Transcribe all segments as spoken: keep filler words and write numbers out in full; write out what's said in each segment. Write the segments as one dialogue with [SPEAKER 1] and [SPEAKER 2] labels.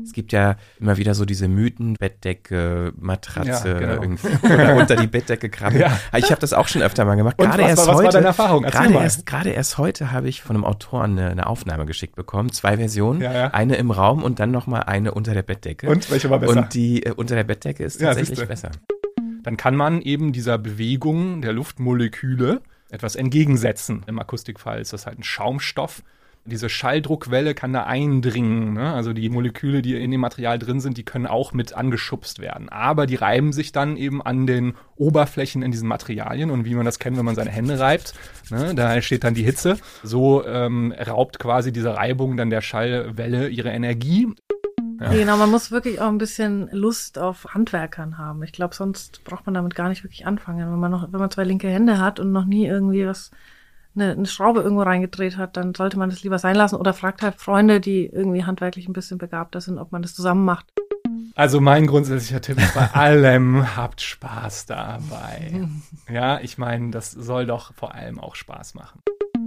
[SPEAKER 1] Es gibt ja immer wieder so diese Mythen, Bettdecke, Matratze,
[SPEAKER 2] ja, genau.
[SPEAKER 1] irgendwie oder unter die Bettdecke krabbeln. Ja. Ich habe das auch schon öfter mal gemacht.
[SPEAKER 2] Und
[SPEAKER 1] gerade
[SPEAKER 2] was,
[SPEAKER 1] erst
[SPEAKER 2] was
[SPEAKER 1] heute,
[SPEAKER 2] war deine Erfahrung?
[SPEAKER 1] Gerade erst, gerade erst heute habe ich von einem Autor eine, eine Aufnahme geschickt bekommen. Zwei Versionen. Ja, ja. Eine im Raum und dann nochmal eine unter der Bettdecke.
[SPEAKER 2] Und welche war besser?
[SPEAKER 1] Und die äh, unter der Bettdecke ist tatsächlich ja, besser.
[SPEAKER 2] Dann kann man eben dieser Bewegung der Luftmoleküle etwas entgegensetzen. Im Akustikfall ist das halt ein Schaumstoff. Diese Schalldruckwelle kann da eindringen. Ne? Also die Moleküle, die in dem Material drin sind, die können auch mit angeschubst werden. Aber die reiben sich dann eben an den Oberflächen in diesen Materialien. Und wie man das kennt, wenn man seine Hände reibt, ne? Da entsteht dann die Hitze. So ähm, raubt quasi diese Reibung dann der Schallwelle ihre Energie.
[SPEAKER 3] Ja. Genau, man muss wirklich auch ein bisschen Lust auf Handwerkern haben. Ich glaube, sonst braucht man damit gar nicht wirklich anfangen. Wenn man noch, wenn man zwei linke Hände hat und noch nie irgendwie was Eine, eine Schraube irgendwo reingedreht hat, dann sollte man das lieber sein lassen oder fragt halt Freunde, die irgendwie handwerklich ein bisschen begabter sind, ob man das zusammen macht.
[SPEAKER 2] Also mein grundsätzlicher Tipp ist bei allem, habt Spaß dabei. Ja, ich meine, das soll doch vor allem auch Spaß machen.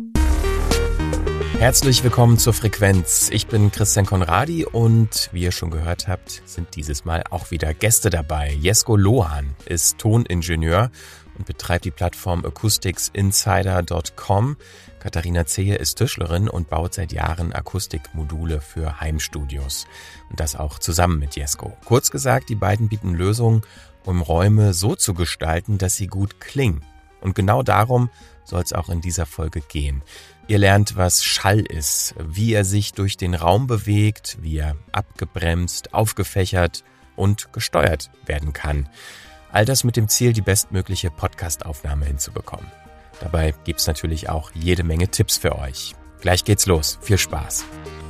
[SPEAKER 1] Herzlich willkommen zur Frequenz. Ich bin Christian Conradi und wie ihr schon gehört habt, sind dieses Mal auch wieder Gäste dabei. Jesko Lohan ist Toningenieur und betreibt die Plattform acoustics insider dot com. Katharina Zehe ist Tischlerin und baut seit Jahren Akustikmodule für Heimstudios. Und das auch zusammen mit Jesko. Kurz gesagt, die beiden bieten Lösungen, um Räume so zu gestalten, dass sie gut klingen. Und genau darum soll es auch in dieser Folge gehen. Ihr lernt, was Schall ist, wie er sich durch den Raum bewegt, wie er abgebremst, aufgefächert und gesteuert werden kann. All das mit dem Ziel, die bestmögliche Podcast-Aufnahme hinzubekommen. Dabei gibt's natürlich auch jede Menge Tipps für euch. Gleich geht's los. Viel Spaß.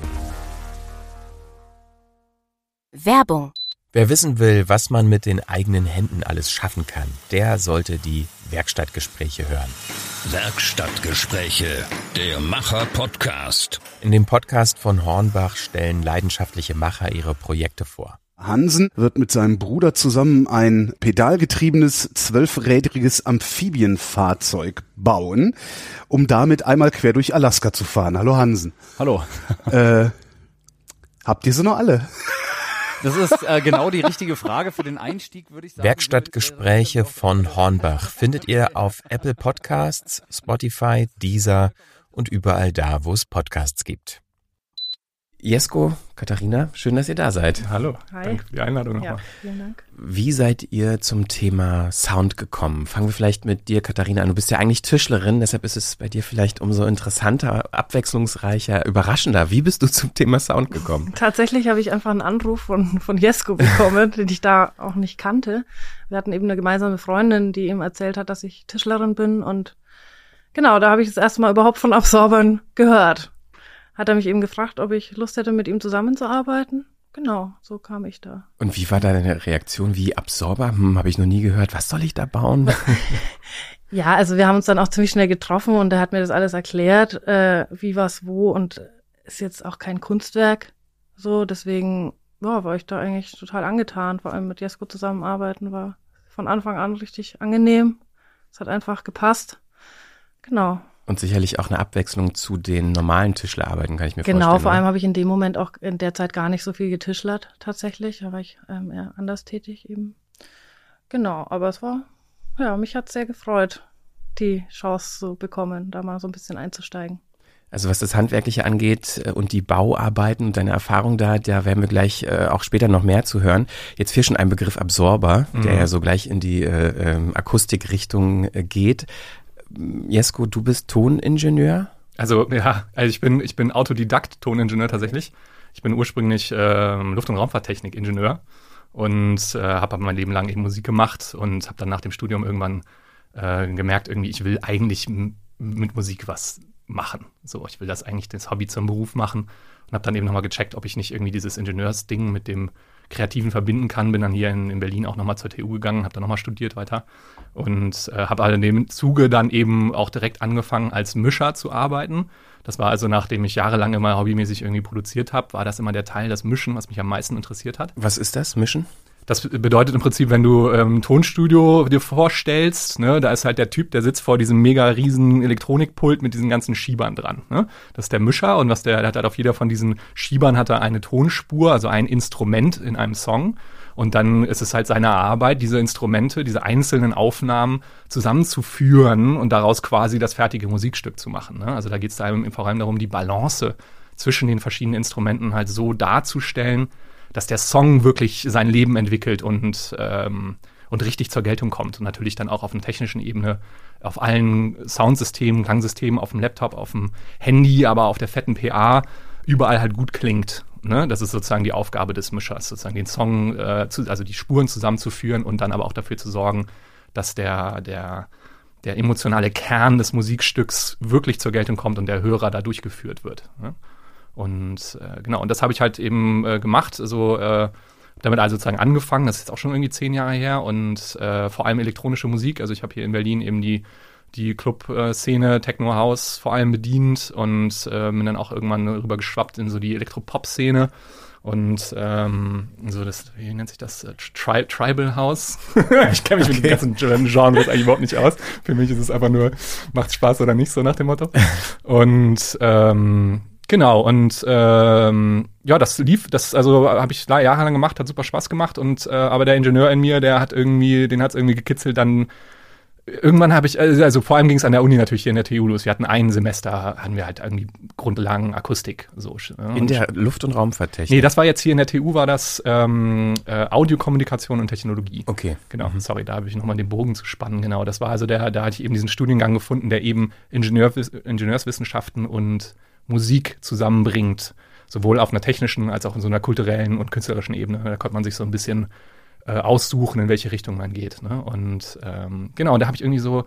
[SPEAKER 4] Werbung.
[SPEAKER 1] Wer wissen will, was man mit den eigenen Händen alles schaffen kann, der sollte die Werkstattgespräche hören.
[SPEAKER 5] Werkstattgespräche, der Macher-Podcast.
[SPEAKER 1] In dem Podcast von Hornbach stellen leidenschaftliche Macher ihre Projekte vor.
[SPEAKER 6] Hansen wird mit seinem Bruder zusammen ein pedalgetriebenes, zwölfrädriges Amphibienfahrzeug bauen, um damit einmal quer durch Alaska zu fahren. Hallo Hansen.
[SPEAKER 7] Hallo.
[SPEAKER 6] Äh, habt ihr sie noch alle?
[SPEAKER 7] Das ist äh, genau die richtige Frage für den Einstieg, würde ich sagen.
[SPEAKER 1] Werkstattgespräche von Hornbach findet ihr auf Apple Podcasts, Spotify, Deezer und überall da, wo es Podcasts gibt. Jesko, Katharina, schön, dass ihr da seid.
[SPEAKER 2] Hallo,
[SPEAKER 3] Hi.
[SPEAKER 2] Danke für die Einladung nochmal.
[SPEAKER 3] Ja, vielen Dank.
[SPEAKER 1] Wie seid ihr zum Thema Sound gekommen? Fangen wir vielleicht mit dir, Katharina, an. Du bist ja eigentlich Tischlerin, deshalb ist es bei dir vielleicht umso interessanter, abwechslungsreicher, überraschender. Wie bist du zum Thema Sound gekommen?
[SPEAKER 3] Tatsächlich habe ich einfach einen Anruf von, von Jesko bekommen, den ich da auch nicht kannte. Wir hatten eben eine gemeinsame Freundin, die ihm erzählt hat, dass ich Tischlerin bin und genau, da habe ich das erste Mal überhaupt von Absorbern gehört. Hat er mich eben gefragt, ob ich Lust hätte, mit ihm zusammenzuarbeiten. Genau, so kam ich da.
[SPEAKER 1] Und wie war deine Reaktion? Wie Absorber? Hm, habe ich noch nie gehört. Was soll ich da bauen?
[SPEAKER 3] Ja, also wir haben uns dann auch ziemlich schnell getroffen und er hat mir das alles erklärt, äh, wie, was, wo und ist jetzt auch kein Kunstwerk. So, deswegen ja, war ich da eigentlich total angetan. Vor allem mit Jesko zusammenarbeiten war von Anfang an richtig angenehm. Es hat einfach gepasst. Genau.
[SPEAKER 1] Und sicherlich auch eine Abwechslung zu den normalen Tischlerarbeiten, kann ich mir
[SPEAKER 3] genau,
[SPEAKER 1] vorstellen.
[SPEAKER 3] Genau, vor allem habe ich in dem Moment auch in der Zeit gar nicht so viel getischlert, tatsächlich. Da war ich ähm, eher anders tätig eben. Genau, aber es war, ja, mich hat es sehr gefreut, die Chance zu bekommen, da mal so ein bisschen einzusteigen.
[SPEAKER 1] Also was das Handwerkliche angeht und die Bauarbeiten und deine Erfahrung da, da werden wir gleich äh, auch später noch mehr zu hören. Jetzt fehlt schon ein Begriff Absorber, mhm. der ja so gleich in die äh, äh, Akustikrichtung äh, geht. Jesko, du bist Toningenieur?
[SPEAKER 2] Also ja, also ich bin ich bin Autodidakt-Toningenieur tatsächlich. Ich bin ursprünglich äh, Luft- und Raumfahrttechnik-Ingenieur und äh, habe mein Leben lang eben Musik gemacht und habe dann nach dem Studium irgendwann äh, gemerkt, irgendwie ich will eigentlich m- mit Musik was machen. So, ich will das eigentlich das Hobby zum Beruf machen und habe dann eben nochmal gecheckt, ob ich nicht irgendwie dieses Ingenieursding mit dem Kreativen verbinden kann. Bin dann hier in, in Berlin auch nochmal zur T U gegangen, habe dann nochmal studiert weiter und äh, habe halt in dem Zuge dann eben auch direkt angefangen, als Mischer zu arbeiten. Das war also, nachdem ich jahrelang immer hobbymäßig irgendwie produziert habe, war das immer der Teil, das Mischen, was mich am meisten interessiert hat.
[SPEAKER 1] Was ist das, Mischen?
[SPEAKER 2] Das bedeutet im Prinzip, wenn du ähm, ein Tonstudio dir vorstellst, ne, da ist halt der Typ, der sitzt vor diesem mega riesen Elektronikpult mit diesen ganzen Schiebern dran. Ne? Das ist der Mischer und was der, der hat halt auf jeder von diesen Schiebern hat er eine Tonspur, also ein Instrument in einem Song. Und dann ist es halt seine Arbeit, diese Instrumente, diese einzelnen Aufnahmen zusammenzuführen und daraus quasi das fertige Musikstück zu machen. Ne? Also da geht es da vor allem darum, die Balance zwischen den verschiedenen Instrumenten halt so darzustellen, dass der Song wirklich sein Leben entwickelt und, ähm, und richtig zur Geltung kommt. Und natürlich dann auch auf einer technischen Ebene, auf allen Soundsystemen, Klangsystemen, auf dem Laptop, auf dem Handy, aber auf der fetten P A, überall halt gut klingt. Ne? Das ist sozusagen die Aufgabe des Mischers, sozusagen den Song, äh, zu, also die Spuren zusammenzuführen und dann aber auch dafür zu sorgen, dass der, der, der emotionale Kern des Musikstücks wirklich zur Geltung kommt und der Hörer da durchgeführt wird. Ne? Und äh, genau, und das habe ich halt eben äh, gemacht, also äh, damit also sozusagen angefangen, das ist jetzt auch schon irgendwie zehn Jahre her und äh, vor allem elektronische Musik, also ich habe hier in Berlin eben die die Club-Szene, Techno-House vor allem bedient und äh, bin dann auch irgendwann rüber geschwappt in so die Elektropop-Szene und ähm, so das, wie nennt sich das? Tri- Tribal House. Ich kenne mich okay. mit den ganzen Genres eigentlich überhaupt nicht aus. Für mich ist es einfach nur, macht Spaß oder nicht, so nach dem Motto. Und ähm, genau, und ähm, ja, das lief, das also habe ich jahrelang gemacht, hat super Spaß gemacht und äh, aber der Ingenieur in mir, der hat irgendwie, den hat es irgendwie gekitzelt, dann irgendwann habe ich, also vor allem ging es an der Uni natürlich hier in der T U los. Wir hatten ein Semester, hatten wir halt irgendwie Grundlagen Akustik. So,
[SPEAKER 1] in der Luft- und Raumfahrttechnik?
[SPEAKER 2] Nee, das war jetzt hier in der T U, war das ähm, äh, Audiokommunikation und Technologie.
[SPEAKER 1] Okay.
[SPEAKER 2] Genau,
[SPEAKER 1] mhm.
[SPEAKER 2] sorry, da habe ich nochmal den Bogen zu spannen. Genau, das war also der, da hatte ich eben diesen Studiengang gefunden, der eben Ingenieur, Ingenieurswissenschaften und Musik zusammenbringt. Sowohl auf einer technischen als auch in so einer kulturellen und künstlerischen Ebene. Da konnte man sich so ein bisschen Äh, aussuchen, in welche Richtung man geht. Ne? Und ähm, genau, da habe ich irgendwie so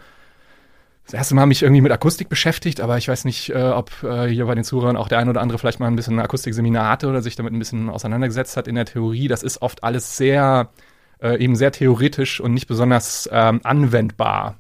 [SPEAKER 2] das erste Mal mich irgendwie mit Akustik beschäftigt, aber ich weiß nicht, äh, ob äh, hier bei den Zuhörern auch der ein oder andere vielleicht mal ein bisschen ein Akustikseminar hatte oder sich damit ein bisschen auseinandergesetzt hat in der Theorie. Das ist oft alles sehr, äh, eben sehr theoretisch und nicht besonders ähm, anwendbar.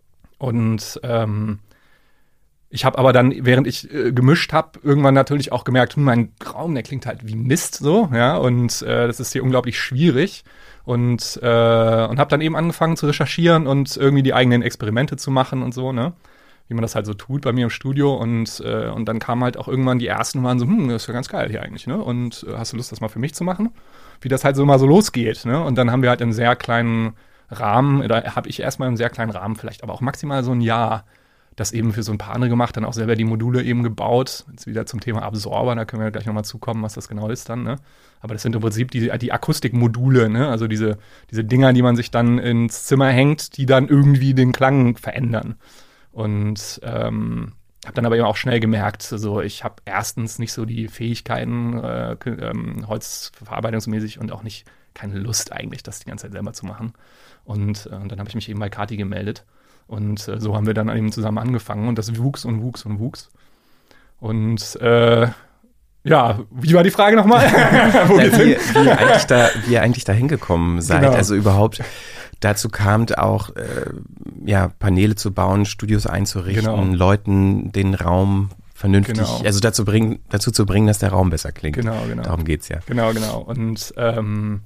[SPEAKER 2] Und ähm, ich habe aber dann, während ich äh, gemischt habe, irgendwann natürlich auch gemerkt, hm, mein Raum, der klingt halt wie Mist so, ja, und äh, das ist hier unglaublich schwierig. Und, äh, und habe dann eben angefangen zu recherchieren und irgendwie die eigenen Experimente zu machen und so, ne? Wie man das halt so tut bei mir im Studio. Und, äh, und dann kamen halt auch irgendwann die ersten und waren so, hm, das ist ja ganz geil hier eigentlich, ne? Und äh, hast du Lust, das mal für mich zu machen? Wie das halt so mal so losgeht, ne? Und dann haben wir halt im sehr kleinen Rahmen, oder habe ich erstmal im sehr kleinen Rahmen, vielleicht aber auch maximal so ein Jahr, das eben für so ein paar andere gemacht, dann auch selber die Module eben gebaut. Jetzt wieder zum Thema Absorber, da können wir gleich nochmal zukommen, was das genau ist dann, ne? Aber das sind im Prinzip die, die Akustikmodule, ne? Also diese, diese Dinger, die man sich dann ins Zimmer hängt, die dann irgendwie den Klang verändern. Und ähm, habe dann aber eben auch schnell gemerkt, also ich habe erstens nicht so die Fähigkeiten, äh, ähm, holzverarbeitungsmäßig und auch nicht keine Lust eigentlich, das die ganze Zeit selber zu machen. Und, äh, und dann habe ich mich eben bei Kati gemeldet. Und äh, so haben wir dann eben zusammen angefangen und das wuchs und wuchs und wuchs. Und äh, ja, wie war die Frage nochmal? Wo
[SPEAKER 1] Na,
[SPEAKER 2] geht's
[SPEAKER 1] wie,
[SPEAKER 2] hin?
[SPEAKER 1] wie, ihr eigentlich da, wie ihr eigentlich da hingekommen seid.
[SPEAKER 2] Genau.
[SPEAKER 1] Also überhaupt dazu kamt auch, äh, ja, Paneele zu bauen, Studios einzurichten,
[SPEAKER 2] Genau.
[SPEAKER 1] Leuten den Raum vernünftig,
[SPEAKER 2] Genau.
[SPEAKER 1] also dazu, bringen, dazu zu bringen, dass der Raum besser klingt.
[SPEAKER 2] Genau, genau.
[SPEAKER 1] Darum geht's ja.
[SPEAKER 2] Genau, genau. Und ähm,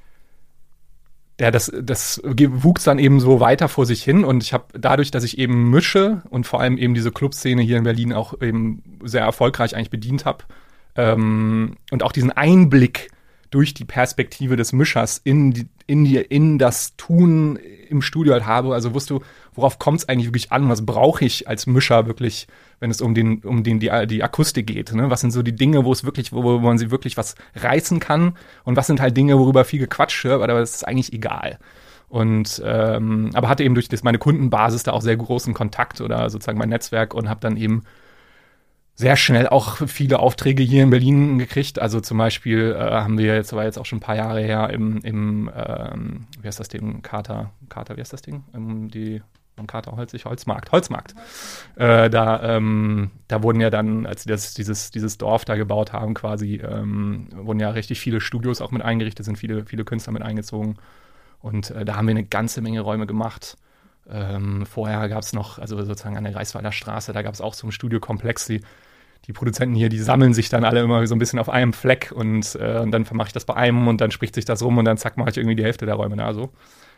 [SPEAKER 2] ja, das, das wuchs dann eben so weiter vor sich hin und ich habe dadurch, dass ich eben mische und vor allem eben diese Clubszene hier in Berlin auch eben sehr erfolgreich eigentlich bedient habe ähm, und auch diesen Einblick durch die Perspektive des Mischers in, die, in, die, in das Tun im Studio halt habe, also wusste, worauf kommt es eigentlich wirklich an, was brauche ich als Mischer wirklich, wenn es um den um den die, die Akustik geht, ne? Was sind so die Dinge, wo es wirklich, wo, wo man sie wirklich was reißen kann und was sind halt Dinge, worüber viel gequatscht wird, aber das ist eigentlich egal. Und ähm, aber hatte eben durch das, meine Kundenbasis da auch sehr großen Kontakt oder sozusagen mein Netzwerk und habe dann eben sehr schnell auch viele Aufträge hier in Berlin gekriegt. Also zum Beispiel äh, haben wir jetzt, aber jetzt auch schon ein paar Jahre her, im, im ähm, wie heißt das Ding? Kater, Kater, wie heißt das Ding? Um die am Kater Holzig, Holzmarkt, Holzmarkt. Äh, da, ähm, da wurden ja dann, als sie das, dieses, dieses Dorf da gebaut haben, quasi, ähm, wurden ja richtig viele Studios auch mit eingerichtet, sind viele, viele Künstler mit eingezogen. Und äh, da haben wir eine ganze Menge Räume gemacht. Ähm, vorher gab es noch, also sozusagen an der Greifswalder Straße, da gab es auch so einen Studiokomplex, die die Produzenten hier, die sammeln sich dann alle immer so ein bisschen auf einem Fleck und, äh, und dann mache ich das bei einem und dann spricht sich das rum und dann zack, mache ich irgendwie die Hälfte der Räume da so.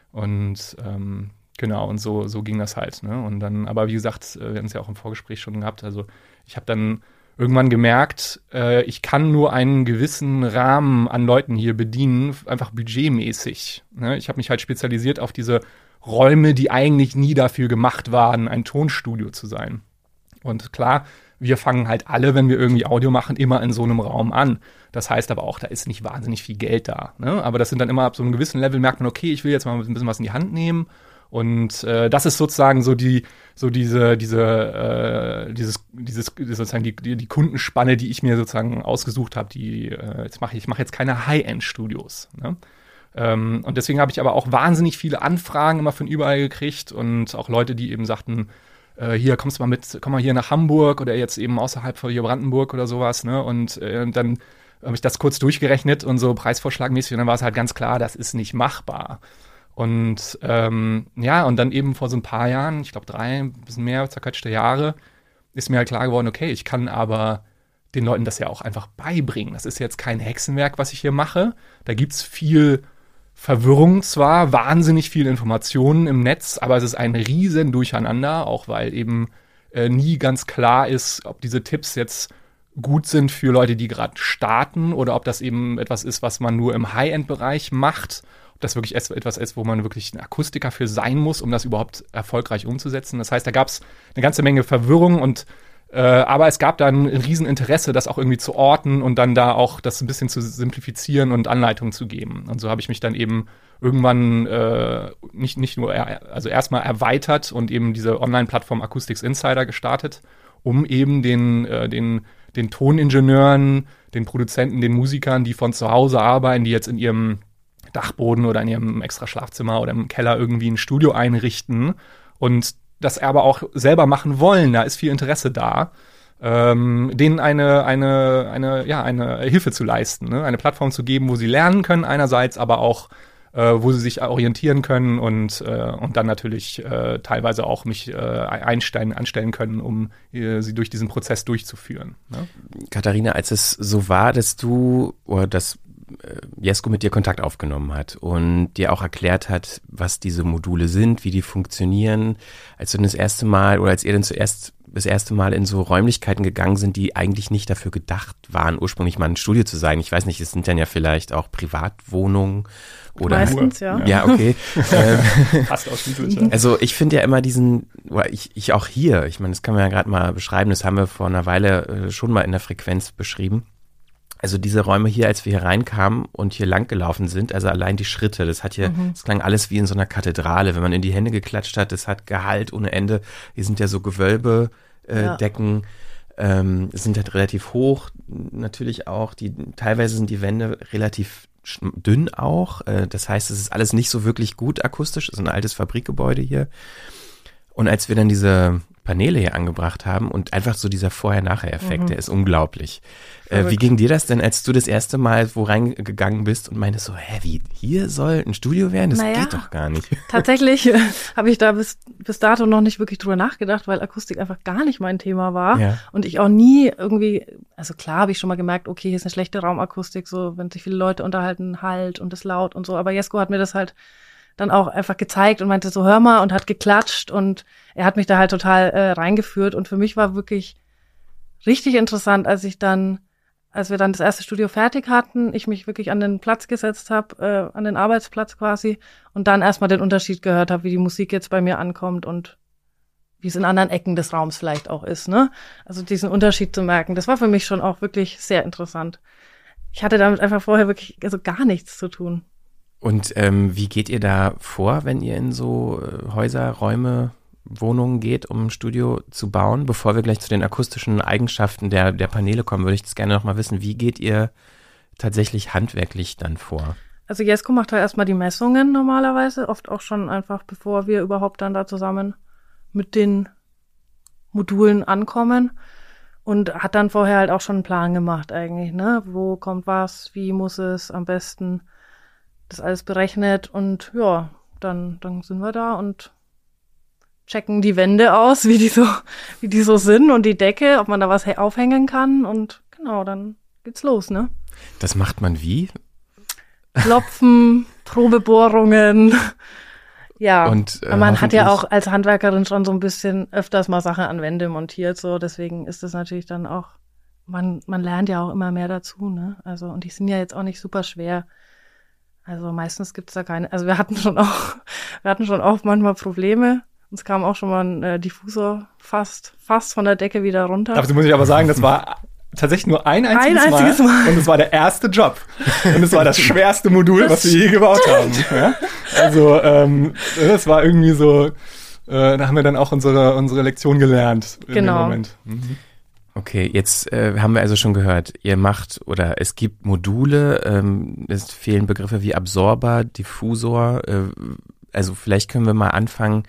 [SPEAKER 2] Und ähm, genau, und so, so ging das halt. Ne? Und dann, aber wie gesagt, wir hatten es ja auch im Vorgespräch schon gehabt, also ich habe dann irgendwann gemerkt, äh, ich kann nur einen gewissen Rahmen an Leuten hier bedienen, einfach budgetmäßig. Ne? Ich habe mich halt spezialisiert auf diese Räume, die eigentlich nie dafür gemacht waren, ein Tonstudio zu sein. Und klar, wir fangen halt alle, wenn wir irgendwie Audio machen, immer in so einem Raum an. Das heißt aber auch, da ist nicht wahnsinnig viel Geld da. Ne? Aber das sind dann immer ab so einem gewissen Level, merkt man, okay, ich will jetzt mal ein bisschen was in die Hand nehmen. Und äh, das ist sozusagen so die, so diese, diese, äh, dieses, dieses, sozusagen die, die, die Kundenspanne, die ich mir sozusagen ausgesucht habe. Die äh, jetzt mache ich, ich mache jetzt keine High-End-Studios. Ne? Ähm, und deswegen habe ich aber auch wahnsinnig viele Anfragen immer von überall gekriegt und auch Leute, die eben sagten, äh, hier kommst du mal mit, komm mal hier nach Hamburg oder jetzt eben außerhalb von hier Brandenburg oder sowas. Ne? Und äh, dann habe ich das kurz durchgerechnet und so preisvorschlagmäßig und dann war es halt ganz klar, das ist nicht machbar. Und ähm, ja, und dann eben vor so ein paar Jahren, ich glaube drei, ein bisschen mehr, zerquetschte Jahre, ist mir halt klar geworden, okay, ich kann aber den Leuten das ja auch einfach beibringen. Das ist jetzt kein Hexenwerk, was ich hier mache. Da gibt's viel Verwirrung zwar, wahnsinnig viel Informationen im Netz, aber es ist ein riesen Durcheinander, auch weil eben äh, nie ganz klar ist, ob diese Tipps jetzt gut sind für Leute, die gerade starten oder ob das eben etwas ist, was man nur im High-End-Bereich macht. Das wirklich etwas ist, wo man wirklich ein Akustiker für sein muss, um das überhaupt erfolgreich umzusetzen. Das heißt, da gab es eine ganze Menge Verwirrung und äh, aber es gab da ein Rieseninteresse, das auch irgendwie zu orten und dann da auch das ein bisschen zu simplifizieren und Anleitungen zu geben. Und so habe ich mich dann eben irgendwann äh, nicht, nicht nur, er, also erstmal erweitert und eben diese Online-Plattform Acoustics Insider gestartet, um eben den, äh, den, den Toningenieuren, den Produzenten, den Musikern, die von zu Hause arbeiten, die jetzt in ihrem Dachboden oder in ihrem extra Schlafzimmer oder im Keller irgendwie ein Studio einrichten und das aber auch selber machen wollen, da ist viel Interesse da, ähm, denen eine, eine, eine, ja, eine Hilfe zu leisten, ne? Eine Plattform zu geben, wo sie lernen können einerseits, aber auch, äh, wo sie sich orientieren können und, äh, und dann natürlich äh, teilweise auch mich äh, einstellen, anstellen können, um äh, sie durch diesen Prozess durchzuführen. Ne?
[SPEAKER 1] Katharina, als es so war, dass du, oder dass Jesko mit dir Kontakt aufgenommen hat und dir auch erklärt hat, was diese Module sind, wie die funktionieren, als du das erste Mal oder als ihr dann zuerst das erste Mal in so Räumlichkeiten gegangen sind, die eigentlich nicht dafür gedacht waren, ursprünglich mal ein Studio zu sein. Ich weiß nicht, es sind dann ja vielleicht auch Privatwohnungen oder
[SPEAKER 3] meistens, ja.
[SPEAKER 1] Ja, okay.
[SPEAKER 2] Fast ausschließlich, ja.
[SPEAKER 1] Also ich finde ja immer diesen, oder ich, ich auch hier, ich meine, das kann man ja gerade mal beschreiben, das haben wir vor einer Weile schon mal in der Frequenz beschrieben. Also diese Räume hier, als wir hier reinkamen und hier lang gelaufen sind, also allein die Schritte, das hat hier, mhm. das klang alles wie in so einer Kathedrale. Wenn man in die Hände geklatscht hat, das hat Gehalt ohne Ende. Hier sind ja so Gewölbedecken, äh, ja. Decken, ähm, sind halt relativ hoch, natürlich auch. Die teilweise sind die Wände relativ dünn auch. Äh, das heißt, es ist alles nicht so wirklich gut akustisch. Es ist ein altes Fabrikgebäude hier. Und als wir dann diese Paneele hier angebracht haben und einfach so dieser Vorher-Nachher-Effekt, mhm. der ist unglaublich. Äh, wie ging dir das denn, als du das erste Mal wo reingegangen bist und meintest so, hä, wie, hier soll ein Studio werden? Das naja, geht doch gar nicht.
[SPEAKER 3] Tatsächlich äh, habe ich da bis, bis dato noch nicht wirklich drüber nachgedacht, weil Akustik einfach gar nicht mein Thema war. Ja. Und ich auch nie irgendwie, also klar habe ich schon mal gemerkt, okay, hier ist eine schlechte Raumakustik, so wenn sich viele Leute unterhalten, Halt und das laut und so. Aber Jesko hat mir das halt dann auch einfach gezeigt und meinte so, hör mal, und hat geklatscht und er hat mich da halt total äh, reingeführt und für mich war wirklich richtig interessant, als ich dann, als wir dann das erste Studio fertig hatten, ich mich wirklich an den Platz gesetzt habe, äh, an den Arbeitsplatz quasi und dann erstmal den Unterschied gehört habe, wie die Musik jetzt bei mir ankommt und wie es in anderen Ecken des Raums vielleicht auch ist, ne? Also diesen Unterschied zu merken, das war für mich schon auch wirklich sehr interessant. Ich hatte damit einfach vorher wirklich also gar nichts zu tun.
[SPEAKER 1] Und ähm, wie geht ihr da vor, wenn ihr in so äh, Häuser, Räume, Wohnungen geht, um ein Studio zu bauen? Bevor wir gleich zu den akustischen Eigenschaften der, der Paneele kommen, würde ich das gerne noch mal wissen. Wie geht ihr tatsächlich handwerklich dann vor?
[SPEAKER 3] Also Jesko macht halt erstmal die Messungen normalerweise, oft auch schon einfach, bevor wir überhaupt dann da zusammen mit den Modulen ankommen und hat dann vorher halt auch schon einen Plan gemacht eigentlich, ne? Wo kommt was, wie muss es am besten, das alles berechnet und ja, dann, dann sind wir da und checken die Wände aus, wie die so, wie die so sind und die Decke, ob man da was aufhängen kann und genau, dann geht's los, ne?
[SPEAKER 1] Das macht man wie?
[SPEAKER 3] Klopfen, Probebohrungen. Ja,
[SPEAKER 1] und, äh,
[SPEAKER 3] man hat ja auch als Handwerkerin schon so ein bisschen öfters mal Sachen an Wände montiert, so deswegen ist das natürlich dann auch, man man lernt ja auch immer mehr dazu, ne? Also und die sind ja jetzt auch nicht super schwer. Also meistens gibt's da keine, also wir hatten schon auch, wir hatten schon auch manchmal Probleme. Uns kam auch schon mal ein äh, Diffusor fast, fast von der Decke wieder runter.
[SPEAKER 2] Dazu muss ich aber sagen, das war tatsächlich nur ein einziges,
[SPEAKER 3] ein einziges Mal.
[SPEAKER 2] Mal. Und es war der erste Job. Und es war das schwerste Modul, was wir je gebaut haben. Ja? Also ähm, das war irgendwie so, äh, da haben wir dann auch unsere, unsere Lektion gelernt. In
[SPEAKER 3] genau.
[SPEAKER 2] Dem Moment. Mhm.
[SPEAKER 1] Okay, jetzt äh, haben wir also schon gehört, ihr macht oder es gibt Module, ähm, es fehlen Begriffe wie Absorber, Diffusor. Äh, also vielleicht können wir mal anfangen.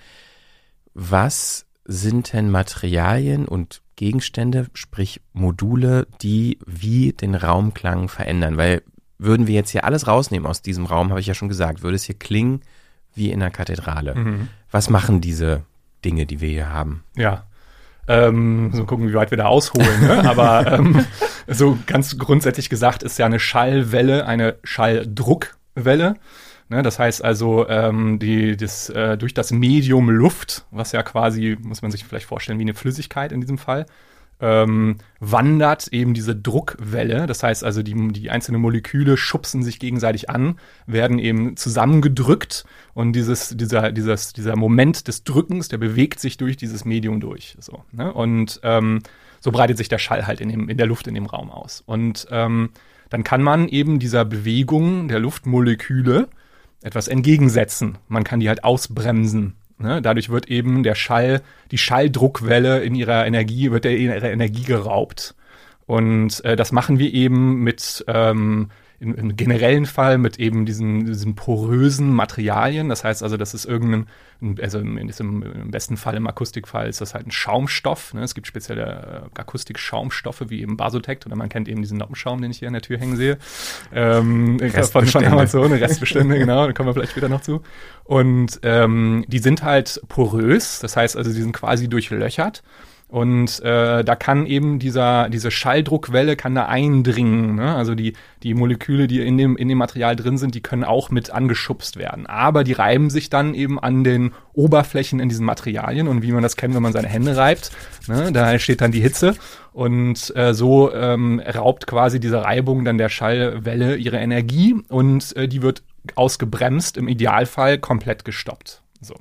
[SPEAKER 1] Was sind denn Materialien und Gegenstände, sprich Module, die wie den Raumklang verändern? Weil würden wir jetzt hier alles rausnehmen aus diesem Raum, habe ich ja schon gesagt, würde es hier klingen wie in einer Kathedrale. Mhm. Was machen diese Dinge, die wir hier haben?
[SPEAKER 2] Ja, ähm, so gucken, wie weit wir da ausholen. Ne? Aber ähm, so ganz grundsätzlich gesagt ist ja eine Schallwelle eine Schalldruckwelle. Ne, das heißt also, ähm, die, das, äh, durch das Medium Luft, was ja quasi, muss man sich vielleicht vorstellen, wie eine Flüssigkeit in diesem Fall, ähm, wandert eben diese Druckwelle. Das heißt also, die, die einzelnen Moleküle schubsen sich gegenseitig an, werden eben zusammengedrückt und dieses, dieser, dieses, dieser Moment des Drückens, der bewegt sich durch dieses Medium durch. So, ne? Und ähm, so breitet sich der Schall halt in, dem, in der Luft in dem Raum aus. Und ähm, dann kann man eben dieser Bewegung der Luftmoleküle etwas entgegensetzen. Man kann die halt ausbremsen. Ne? Dadurch wird eben der Schall, die Schalldruckwelle in ihrer Energie, wird der ihrer Energie geraubt. Und äh, das machen wir eben mit ähm, im, im generellen Fall mit eben diesen, diesen porösen Materialien. Das heißt also, das ist irgendein, also im, im, im besten Fall, im Akustikfall ist das halt ein Schaumstoff. Ne? Es gibt spezielle äh, Akustik-Schaumstoffe wie eben Basotect oder man kennt eben diesen Noppenschaum, den ich hier an der Tür hängen sehe. Ähm, von, von Amazon, Restbestände, genau, da kommen wir vielleicht später noch zu. Und ähm, die sind halt porös, das heißt also, die sind quasi durchlöchert. Und äh, da kann eben dieser diese Schalldruckwelle kann da eindringen. Ne? Also die die Moleküle, die in dem in dem Material drin sind, die können auch mit angeschubst werden. Aber die reiben sich dann eben an den Oberflächen in diesen Materialien. Und wie man das kennt, wenn man seine Hände reibt, ne? Da entsteht dann die Hitze. Und äh, so ähm, raubt quasi diese Reibung dann der Schallwelle ihre Energie. Und äh, die wird ausgebremst, im Idealfall komplett gestoppt. So.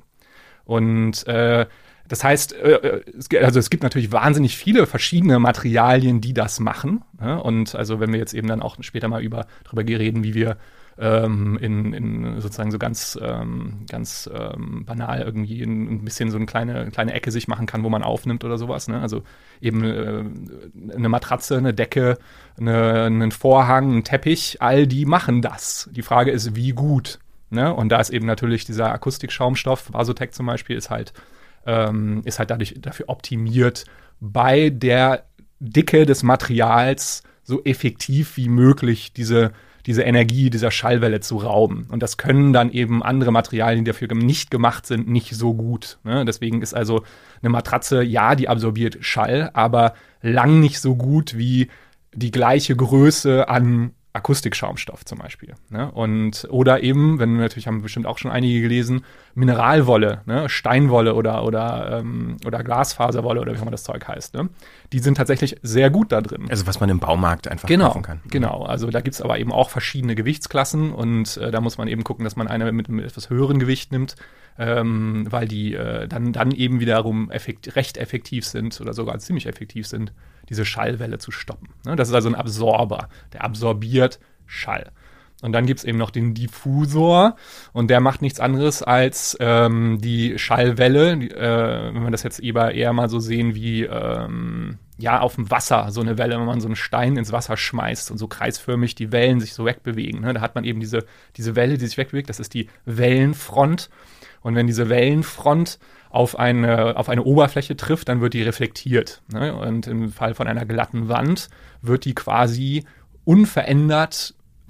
[SPEAKER 2] Und äh, Das heißt, also es gibt natürlich wahnsinnig viele verschiedene Materialien, die das machen. Und also wenn wir jetzt eben dann auch später mal über darüber reden, wie wir ähm, in, in sozusagen so ganz, ähm, ganz ähm, banal irgendwie ein bisschen so eine kleine, kleine Ecke sich machen kann, wo man aufnimmt oder sowas. Ne? Also eben äh, eine Matratze, eine Decke, eine, einen Vorhang, ein Teppich, all die machen das. Die Frage ist, wie gut. Ne? Und da ist eben natürlich dieser Akustikschaumstoff, Basotect zum Beispiel, ist halt Ähm, ist halt dadurch dafür optimiert, bei der Dicke des Materials so effektiv wie möglich diese, diese Energie dieser Schallwelle zu rauben. Und das können dann eben andere Materialien, die dafür nicht gemacht sind, nicht so gut. Ne? Deswegen ist also eine Matratze, ja, die absorbiert Schall, aber lang nicht so gut wie die gleiche Größe an Akustikschaumstoff zum Beispiel. Ne? Und, oder eben, wenn natürlich haben bestimmt auch schon einige gelesen, Mineralwolle, ne? Steinwolle oder, oder, ähm, oder Glasfaserwolle oder wie auch immer das Zeug heißt. Ne? Die sind tatsächlich sehr gut da drin.
[SPEAKER 1] Also was man im Baumarkt einfach
[SPEAKER 2] genau,
[SPEAKER 1] kaufen kann.
[SPEAKER 2] Genau, also da gibt es aber eben auch verschiedene Gewichtsklassen und äh, da muss man eben gucken, dass man eine mit einem etwas höheren Gewicht nimmt, ähm, weil die äh, dann, dann eben wiederum effekt, recht effektiv sind oder sogar ziemlich effektiv sind, diese Schallwelle zu stoppen. Ne? Das ist also ein Absorber, der absorbiert Schall. Und dann gibt es eben noch den Diffusor und der macht nichts anderes als ähm, die Schallwelle, die, äh, wenn wir das jetzt eher, eher mal so sehen wie ähm, ja auf dem Wasser, so eine Welle, wenn man so einen Stein ins Wasser schmeißt und so kreisförmig die Wellen sich so wegbewegen. Ne? Da hat man eben diese, diese Welle, die sich wegbewegt, das ist die Wellenfront. Und wenn diese Wellenfront auf eine, auf eine Oberfläche trifft, dann wird die reflektiert. Ne? Und im Fall von einer glatten Wand wird die quasi unverändert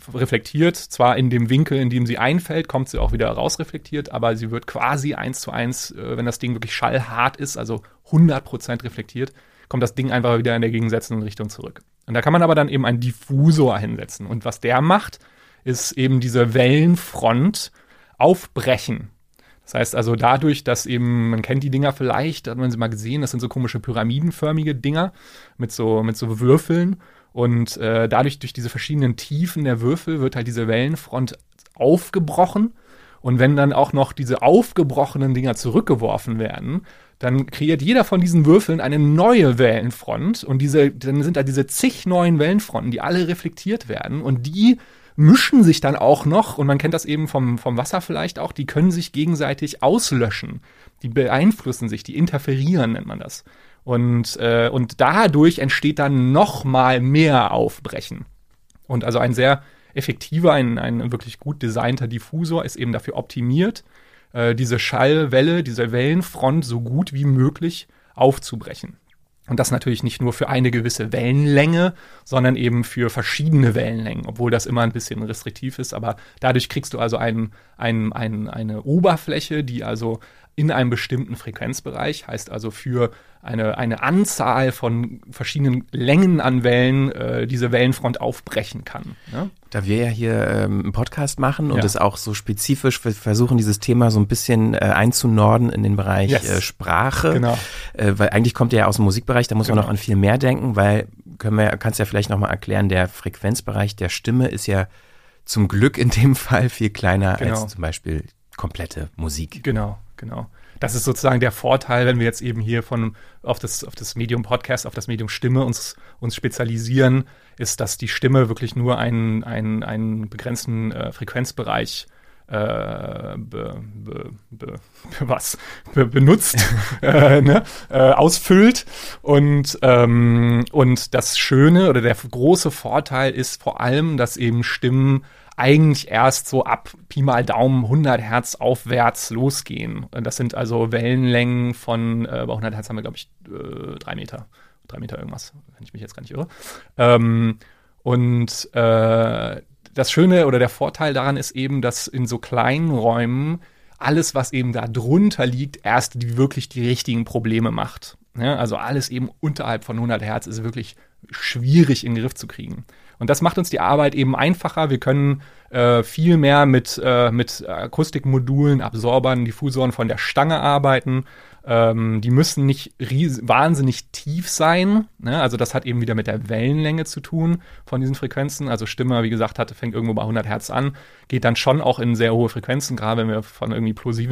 [SPEAKER 2] reflektiert, zwar in dem Winkel, in dem sie einfällt, kommt sie auch wieder rausreflektiert, aber sie wird quasi eins zu eins, äh, wenn das Ding wirklich schallhart ist, also hundert Prozent reflektiert, kommt das Ding einfach wieder in der gegensätzlichen Richtung zurück. Und da kann man aber dann eben einen Diffusor hinsetzen. Und was der macht, ist eben diese Wellenfront aufbrechen. Das heißt also dadurch, dass eben, man kennt die Dinger vielleicht, hat man sie mal gesehen, das sind so komische pyramidenförmige Dinger mit so, mit so Würfeln. Und äh, dadurch, durch diese verschiedenen Tiefen der Würfel, wird halt diese Wellenfront aufgebrochen. Und wenn dann auch noch diese aufgebrochenen Dinger zurückgeworfen werden, dann kreiert jeder von diesen Würfeln eine neue Wellenfront. Und diese, dann sind da diese zig neuen Wellenfronten, die alle reflektiert werden. Und die mischen sich dann auch noch, und man kennt das eben vom, vom Wasser vielleicht auch, die können sich gegenseitig auslöschen. Die beeinflussen sich, die interferieren, nennt man das. Und, äh, und dadurch entsteht dann noch mal mehr Aufbrechen. Und also ein sehr effektiver, ein, ein wirklich gut designter Diffusor ist eben dafür optimiert, äh, diese Schallwelle, diese Wellenfront so gut wie möglich aufzubrechen. Und das natürlich nicht nur für eine gewisse Wellenlänge, sondern eben für verschiedene Wellenlängen, obwohl das immer ein bisschen restriktiv ist. Aber dadurch kriegst du also ein, ein, ein, eine Oberfläche, die also in einem bestimmten Frequenzbereich, heißt also für eine, eine Anzahl von verschiedenen Längen an Wellen äh, diese Wellenfront aufbrechen kann. Ne?
[SPEAKER 1] Da wir ja hier ähm, einen Podcast machen und
[SPEAKER 2] Ja.
[SPEAKER 1] es auch so spezifisch, wir versuchen dieses Thema so ein bisschen äh, einzunorden in den Bereich
[SPEAKER 2] Yes.
[SPEAKER 1] äh, Sprache,
[SPEAKER 2] Genau.
[SPEAKER 1] äh, weil eigentlich kommt der ja aus dem Musikbereich, da muss
[SPEAKER 2] Genau.
[SPEAKER 1] man noch an viel mehr denken, weil, können wir, kannst du ja vielleicht nochmal erklären, der Frequenzbereich der Stimme ist ja zum Glück in dem Fall viel kleiner
[SPEAKER 2] Genau.
[SPEAKER 1] als zum Beispiel komplette Musik.
[SPEAKER 2] Genau, genau. Das ist sozusagen der Vorteil, wenn wir jetzt eben hier von auf das, auf das Medium Podcast, auf das Medium Stimme uns, uns spezialisieren, ist, dass die Stimme wirklich nur einen, einen, einen begrenzten äh, Frequenzbereich äh, be, be, be, was be, benutzt, äh, ne? äh, ausfüllt. Und, ähm, und das Schöne oder der große Vorteil ist vor allem, dass eben Stimmen eigentlich erst so ab Pi mal Daumen hundert Hertz aufwärts losgehen. Das sind also Wellenlängen von, äh, bei hundert Hertz haben wir, glaube ich, äh, drei Meter. Drei Meter irgendwas, wenn ich mich jetzt gar nicht irre. Ähm, und äh, das Schöne oder der Vorteil daran ist eben, dass in so kleinen Räumen alles, was eben da drunter liegt, erst die, wirklich die richtigen Probleme macht. Ja, also alles eben unterhalb von hundert Hertz ist wirklich schwierig in den Griff zu kriegen. Und das macht uns die Arbeit eben einfacher. Wir können äh, viel mehr mit, äh, mit Akustikmodulen, Absorbern, Diffusoren von der Stange arbeiten. Ähm, die müssen nicht ries- wahnsinnig tief sein. Ne? Also das hat eben wieder mit der Wellenlänge zu tun von diesen Frequenzen. Also Stimme, wie gesagt, hat, fängt irgendwo bei hundert Hertz an, geht dann schon auch in sehr hohe Frequenzen, gerade wenn wir von irgendwie plosiven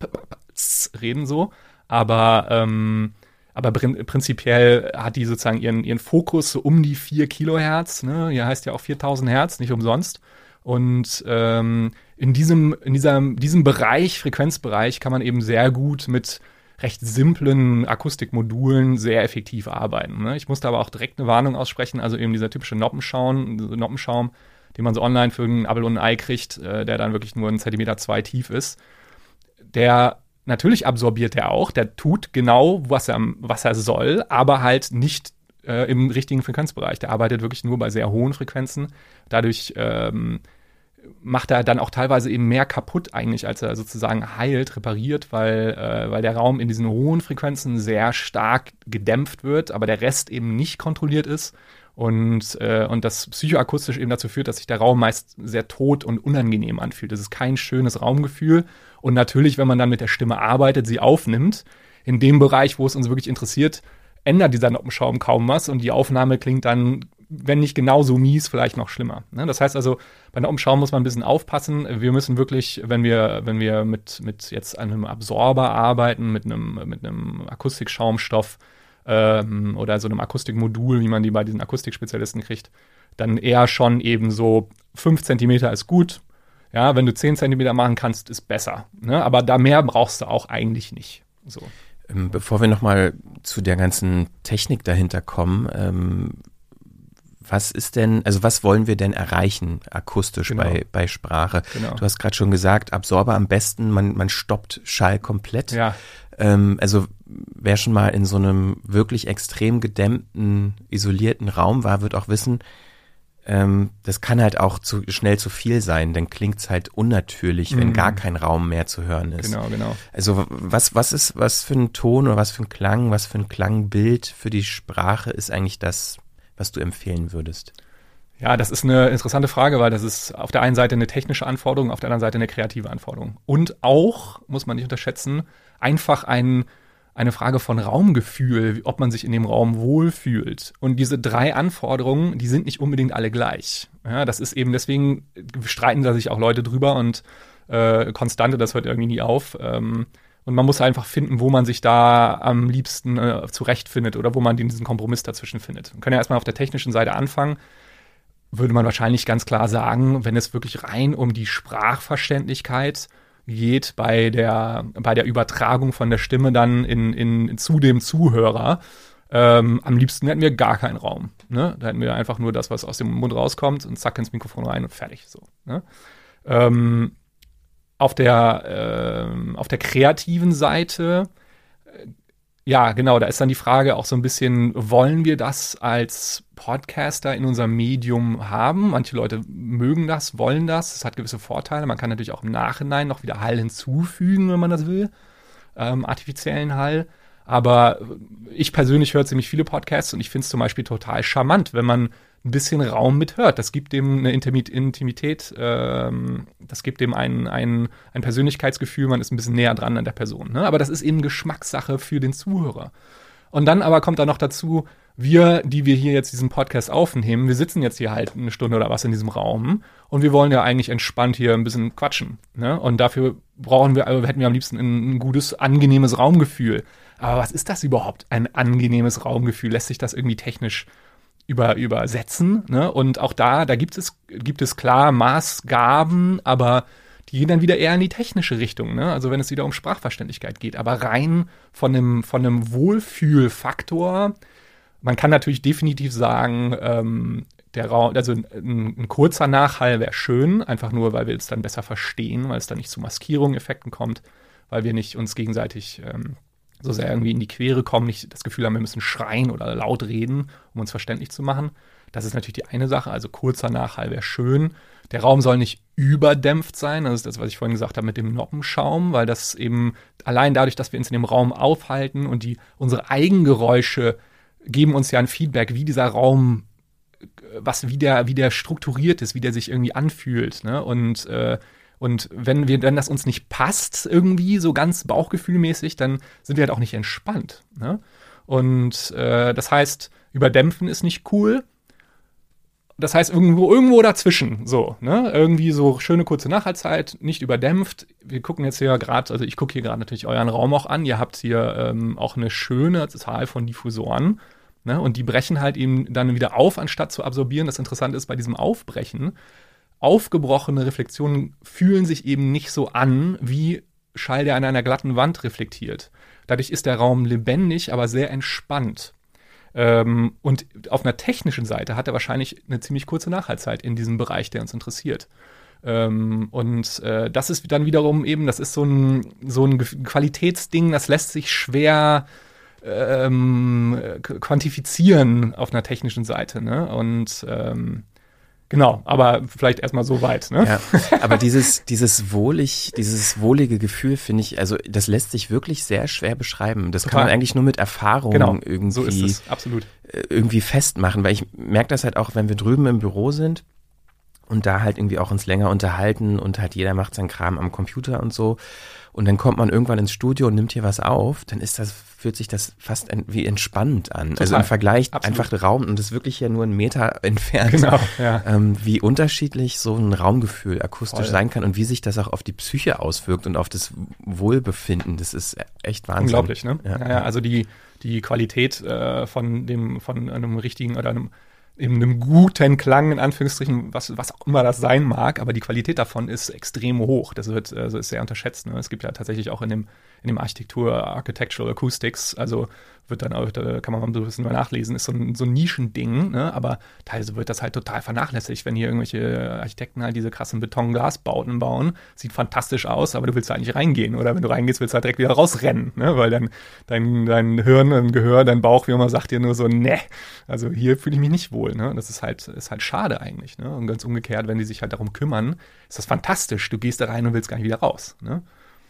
[SPEAKER 2] reden so. Aber ähm, Aber prin- prinzipiell hat die sozusagen ihren, ihren Fokus so um die vier Kilohertz. Ne? Hier heißt ja auch viertausend Hertz, nicht umsonst. Und ähm, in diesem, in diesem, diesem Bereich, Frequenzbereich, kann man eben sehr gut mit recht simplen Akustikmodulen sehr effektiv arbeiten. Ne? Ich musste aber auch direkt eine Warnung aussprechen, also eben dieser typische Noppenschaum, Noppenschaum, den man so online für einen Apfel und ein Ei kriegt, äh, der dann wirklich nur einen Zentimeter zwei tief ist. Der Natürlich absorbiert er auch, der tut genau, was er, was er soll, aber halt nicht äh, im richtigen Frequenzbereich. Der arbeitet wirklich nur bei sehr hohen Frequenzen. Dadurch ähm, macht er dann auch teilweise eben mehr kaputt eigentlich, als er sozusagen heilt, repariert, weil, äh, weil der Raum in diesen hohen Frequenzen sehr stark gedämpft wird, aber der Rest eben nicht kontrolliert ist. Und, äh, und das psychoakustisch eben dazu führt, dass sich der Raum meist sehr tot und unangenehm anfühlt. Das ist kein schönes Raumgefühl. Und natürlich, wenn man dann mit der Stimme arbeitet, sie aufnimmt, in dem Bereich, wo es uns wirklich interessiert, ändert dieser Noppenschaum kaum was. Und die Aufnahme klingt dann, wenn nicht genauso mies, vielleicht noch schlimmer. Ne? Das heißt also, bei Noppenschaum muss man ein bisschen aufpassen. Wir müssen wirklich, wenn wir, wenn wir mit, mit jetzt einem Absorber arbeiten, mit einem, mit einem Akustikschaumstoff, oder so einem Akustikmodul, wie man die bei diesen Akustikspezialisten kriegt, dann eher schon eben so fünf Zentimeter ist gut. Ja, wenn du zehn Zentimeter machen kannst, ist besser. Ne? Aber da mehr brauchst du auch eigentlich nicht. So.
[SPEAKER 1] Bevor wir nochmal zu der ganzen Technik dahinter kommen, ähm, was ist denn, also was wollen wir denn erreichen akustisch
[SPEAKER 2] Genau.
[SPEAKER 1] bei, bei Sprache?
[SPEAKER 2] Genau.
[SPEAKER 1] Du hast gerade schon gesagt, Absorber am besten, man, man stoppt Schall komplett.
[SPEAKER 2] Ja.
[SPEAKER 1] Ähm, also wer schon mal in so einem wirklich extrem gedämmten, isolierten Raum war, wird auch wissen, ähm, das kann halt auch zu schnell zu viel sein, dann klingt's halt unnatürlich, wenn
[SPEAKER 2] Mhm.
[SPEAKER 1] gar kein Raum mehr zu hören ist.
[SPEAKER 2] Genau, genau.
[SPEAKER 1] Also was, was ist, was für ein Ton oder was für ein Klang, was für ein Klangbild für die Sprache ist eigentlich das, was du empfehlen würdest?
[SPEAKER 2] Ja, das ist eine interessante Frage, weil das ist auf der einen Seite eine technische Anforderung, auf der anderen Seite eine kreative Anforderung. Und auch, muss man nicht unterschätzen, einfach ein, eine Frage von Raumgefühl, ob man sich in dem Raum wohlfühlt. Und diese drei Anforderungen, die sind nicht unbedingt alle gleich. Ja, das ist eben, deswegen streiten da sich auch Leute drüber und äh, Konstante, das hört irgendwie nie auf. Ähm, und man muss einfach finden, wo man sich da am liebsten äh, zurechtfindet oder wo man diesen Kompromiss dazwischen findet. Wir können ja erstmal auf der technischen Seite anfangen. Würde man wahrscheinlich ganz klar sagen, wenn es wirklich rein um die Sprachverständlichkeit geht bei der, bei der Übertragung von der Stimme dann in, in, zu dem Zuhörer, ähm, am liebsten hätten wir gar keinen Raum. Ne? Da hätten wir einfach nur das, was aus dem Mund rauskommt und zack ins Mikrofon rein und fertig. So, ne? ähm, auf der, äh, auf der kreativen Seite äh, ja, genau, da ist dann die Frage auch so ein bisschen, wollen wir das als Podcaster in unserem Medium haben? Manche Leute mögen das, wollen das, es hat gewisse Vorteile. Man kann natürlich auch im Nachhinein noch wieder Hall hinzufügen, wenn man das will, ähm, artifiziellen Hall. Aber ich persönlich höre ziemlich viele Podcasts und ich finde es zum Beispiel total charmant, wenn man ein bisschen Raum mithört. Das gibt dem eine Intimität, ähm, das gibt dem ein, ein, ein Persönlichkeitsgefühl, man ist ein bisschen näher dran an der Person. Ne? Aber das ist eben Geschmackssache für den Zuhörer. Und dann aber kommt da noch dazu, wir, die wir hier jetzt diesen Podcast aufnehmen, wir sitzen jetzt hier halt eine Stunde oder was in diesem Raum und wir wollen ja eigentlich entspannt hier ein bisschen quatschen. Ne? Und dafür brauchen wir, also hätten wir am liebsten ein, ein gutes, angenehmes Raumgefühl. Aber was ist das überhaupt, ein angenehmes Raumgefühl? Lässt sich das irgendwie technisch über, übersetzen? Ne? Und auch da, da gibt es, gibt es klar Maßgaben, aber die gehen dann wieder eher in die technische Richtung, ne? Also wenn es wieder um Sprachverständlichkeit geht. Aber rein von einem, von einem Wohlfühlfaktor, man kann natürlich definitiv sagen, ähm, der Raum, also ein, ein kurzer Nachhall wäre schön, einfach nur, weil wir es dann besser verstehen, weil es dann nicht zu Maskierung, Effekten kommt, weil wir nicht uns gegenseitig ähm, so sehr irgendwie in die Quere kommen, nicht das Gefühl haben, wir müssen schreien oder laut reden, um uns verständlich zu machen. Das ist natürlich die eine Sache, also kurzer Nachhall wäre schön. Der Raum soll nicht überdämpft sein, das ist das, was ich vorhin gesagt habe mit dem Noppenschaum, weil das eben allein dadurch, dass wir uns in dem Raum aufhalten und die unsere Eigengeräusche geben uns ja ein Feedback, wie dieser Raum, was wie der, wie der strukturiert ist, wie der sich irgendwie anfühlt, ne? Und äh, Und wenn wir, wenn das uns nicht passt, irgendwie so ganz bauchgefühlmäßig, dann sind wir halt auch nicht entspannt. Ne? Und äh, das heißt, überdämpfen ist nicht cool. Das heißt, irgendwo, irgendwo dazwischen, so, ne? Irgendwie so schöne kurze Nachhaltzeit, nicht überdämpft. Wir gucken jetzt hier gerade, also ich gucke hier gerade natürlich euren Raum auch an. Ihr habt hier ähm, auch eine schöne Zahl von Diffusoren. Ne? Und die brechen halt eben dann wieder auf, anstatt zu absorbieren. Das Interessante ist bei diesem Aufbrechen, aufgebrochene Reflexionen fühlen sich eben nicht so an, wie Schall, der an einer glatten Wand reflektiert. Dadurch ist der Raum lebendig, aber sehr entspannt. Ähm, und auf einer technischen Seite hat er wahrscheinlich eine ziemlich kurze Nachhaltzeit in diesem Bereich, der uns interessiert. Ähm, und äh, das ist dann wiederum eben, das ist so ein, so ein Qualitätsding, das lässt sich schwer ähm, quantifizieren auf einer technischen Seite. Ne? Und ähm, Genau, aber vielleicht erstmal so weit, ne?
[SPEAKER 1] Ja, aber dieses, dieses wohlig, dieses wohlige Gefühl, finde ich, also das lässt sich wirklich sehr schwer beschreiben. Das
[SPEAKER 2] Total.
[SPEAKER 1] Kann man eigentlich nur mit Erfahrung
[SPEAKER 2] genau,
[SPEAKER 1] irgendwie,
[SPEAKER 2] so ist es, absolut.
[SPEAKER 1] irgendwie festmachen, weil ich merke das halt auch, wenn wir drüben im Büro sind und da halt irgendwie auch uns länger unterhalten und halt jeder macht seinen Kram am Computer und so. Und dann kommt man irgendwann ins Studio und nimmt hier was auf, dann ist das, fühlt sich das fast en- wie entspannt an.
[SPEAKER 2] Total.
[SPEAKER 1] Also im Vergleich
[SPEAKER 2] Absolut.
[SPEAKER 1] einfach der Raum, und das ist wirklich ja nur einen Meter entfernt,
[SPEAKER 2] Genau, ja.
[SPEAKER 1] ähm, wie unterschiedlich so ein Raumgefühl akustisch
[SPEAKER 2] Voll.
[SPEAKER 1] sein kann und wie sich das auch auf die Psyche auswirkt und auf das Wohlbefinden. Das ist echt Wahnsinn.
[SPEAKER 2] Unglaublich, ne?
[SPEAKER 1] Ja.
[SPEAKER 2] Ja, ja, also die, die Qualität äh, von dem, von einem richtigen oder einem eben einem guten Klang, in Anführungsstrichen, was, was auch immer das sein mag, aber die Qualität davon ist extrem hoch. Das wird, also ist sehr unterschätzt. Ne? Es gibt ja tatsächlich auch in dem, in dem Architektur, Architectural Acoustics, also wird dann auch, da kann man mal so ein bisschen mal nachlesen, ist so ein, so ein Nischending, ne? Aber teilweise wird das halt total vernachlässigt, wenn hier irgendwelche Architekten halt diese krassen Beton-Glasbauten bauen. Sieht fantastisch aus, aber du willst da eigentlich reingehen. Oder wenn du reingehst, willst du halt direkt wieder rausrennen, ne? Weil dann dein, dein Hirn, dein Gehör, dein Bauch, wie immer sagt dir nur so, ne, also hier fühle ich mich nicht wohl. Modul. Ne? Das ist halt, ist halt schade eigentlich. Ne? Und ganz umgekehrt, wenn die sich halt darum kümmern, ist das fantastisch. Du gehst da rein und willst gar nicht wieder raus. Ne?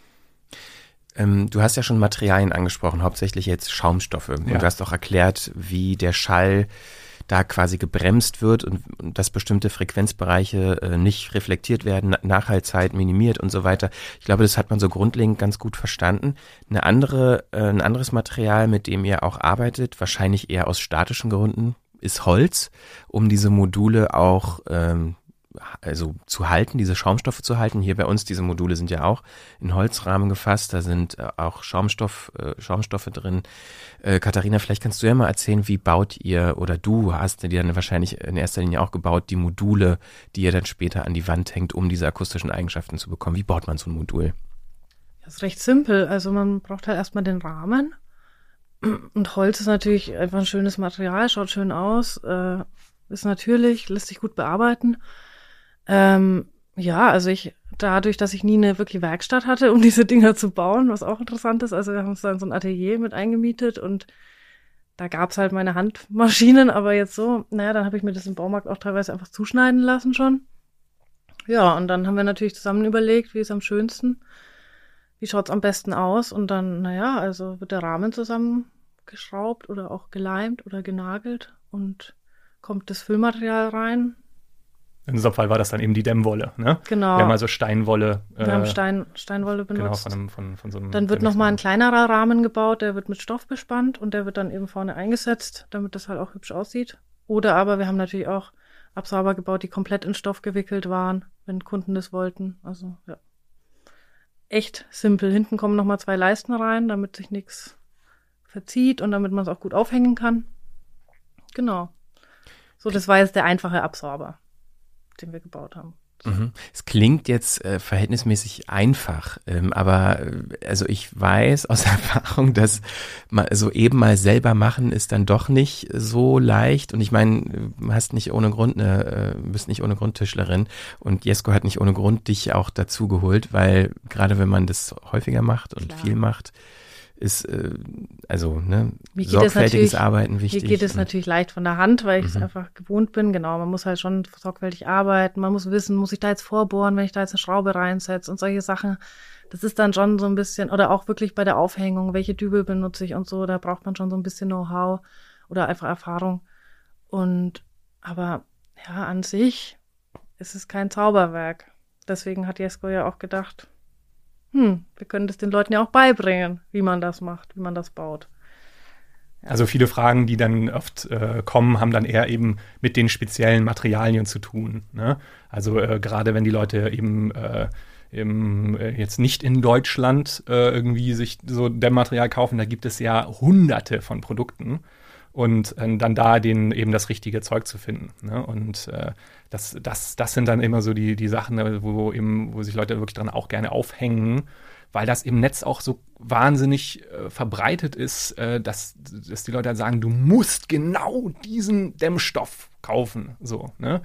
[SPEAKER 1] Ähm, du hast ja schon Materialien angesprochen, hauptsächlich jetzt Schaumstoffe. Und
[SPEAKER 2] Ja.
[SPEAKER 1] du hast auch erklärt, wie der Schall da quasi gebremst wird und, und dass bestimmte Frequenzbereiche äh, nicht reflektiert werden, Na- Nachhaltzeit minimiert und so weiter. Ich glaube, das hat man so grundlegend ganz gut verstanden. Eine andere, äh, ein anderes Material, mit dem ihr auch arbeitet, wahrscheinlich eher aus statischen Gründen, ist Holz, um diese Module auch ähm, also zu halten, diese Schaumstoffe zu halten. Hier bei uns, diese Module sind ja auch in Holzrahmen gefasst, da sind äh, auch Schaumstoff, äh, Schaumstoffe drin. Äh, Katharina, vielleicht kannst du ja mal erzählen, wie baut ihr, oder du hast dir dann wahrscheinlich in erster Linie auch gebaut, die Module, die ihr dann später an die Wand hängt, um diese akustischen Eigenschaften zu bekommen. Wie baut man so ein Modul?
[SPEAKER 3] Das ist recht simpel. Also man braucht halt erstmal den Rahmen. Und Holz ist natürlich einfach ein schönes Material, schaut schön aus, äh, ist natürlich, lässt sich gut bearbeiten. Ähm, ja, also ich, dadurch, dass ich nie eine wirkliche Werkstatt hatte, um diese Dinger zu bauen, was auch interessant ist, also wir haben uns dann so ein Atelier mit eingemietet und da gab's halt meine Handmaschinen, aber jetzt so, naja, dann habe ich mir das im Baumarkt auch teilweise einfach zuschneiden lassen schon. Ja, und dann haben wir natürlich zusammen überlegt, wie ist am schönsten, wie schaut's am besten aus und dann, naja, also wird der Rahmen zusammengeschraubt oder auch geleimt oder genagelt und kommt das Füllmaterial rein.
[SPEAKER 2] In unserem Fall war das dann eben die Dämmwolle. Ne?
[SPEAKER 3] Genau.
[SPEAKER 2] Wir haben also Steinwolle.
[SPEAKER 3] Wir
[SPEAKER 2] äh,
[SPEAKER 3] haben Stein, Steinwolle benutzt.
[SPEAKER 2] Genau, von, einem, von, von so einem.
[SPEAKER 3] Dann wird nochmal ein kleinerer Rahmen gebaut, der wird mit Stoff bespannt und der wird dann eben vorne eingesetzt, damit das halt auch hübsch aussieht. Oder aber wir haben natürlich auch Absorber gebaut, die komplett in Stoff gewickelt waren, wenn Kunden das wollten. Also ja, echt simpel. Hinten kommen nochmal zwei Leisten rein, damit sich nichts verzieht und damit man es auch gut aufhängen kann. Genau. So, das war jetzt der einfache Absorber, den wir gebaut haben.
[SPEAKER 1] Mhm. Es klingt jetzt äh, verhältnismäßig einfach, ähm, aber äh, also ich weiß aus Erfahrung, dass mal so eben mal selber machen ist dann doch nicht so leicht. Und ich meine, du hast nicht ohne Grund eine, äh, bist nicht ohne Grund Tischlerin und Jesko hat nicht ohne Grund dich auch dazu geholt, weil gerade wenn man das häufiger macht und
[SPEAKER 3] Klar.
[SPEAKER 1] viel macht, ist äh, also ne,
[SPEAKER 3] Mir geht es
[SPEAKER 1] sorgfältiges
[SPEAKER 3] natürlich-
[SPEAKER 1] Arbeiten wichtig.
[SPEAKER 3] Mir geht es
[SPEAKER 1] und-
[SPEAKER 3] natürlich leicht von der Hand, weil ich es
[SPEAKER 1] Mhm.
[SPEAKER 3] einfach gewohnt bin. Genau, man muss halt schon sorgfältig arbeiten. Man muss wissen, muss ich da jetzt vorbohren, wenn ich da jetzt eine Schraube reinsetze und solche Sachen. Das ist dann schon so ein bisschen, oder auch wirklich bei der Aufhängung, welche Dübel benutze ich und so, da braucht man schon so ein bisschen Know-how oder einfach Erfahrung. Und, aber ja, an sich ist es kein Zauberwerk. Deswegen hat Jesko ja auch gedacht, hm, wir können das den Leuten ja auch beibringen, wie man das macht, wie man das baut.
[SPEAKER 2] Also viele Fragen, die dann oft äh, kommen, haben dann eher eben mit den speziellen Materialien zu tun. Ne? Also äh, gerade wenn die Leute eben, äh, eben äh, jetzt nicht in Deutschland äh, irgendwie sich so Dämmmaterial kaufen, da gibt es ja hunderte von Produkten. Und äh, dann da den eben das richtige Zeug zu finden. Ne? Und äh, das, das, das sind dann immer so die, die Sachen, wo, eben, wo sich Leute wirklich dran auch gerne aufhängen, weil das im Netz auch so wahnsinnig äh, verbreitet ist, äh, dass, dass die Leute halt sagen, du musst genau diesen Dämmstoff kaufen. So, ne?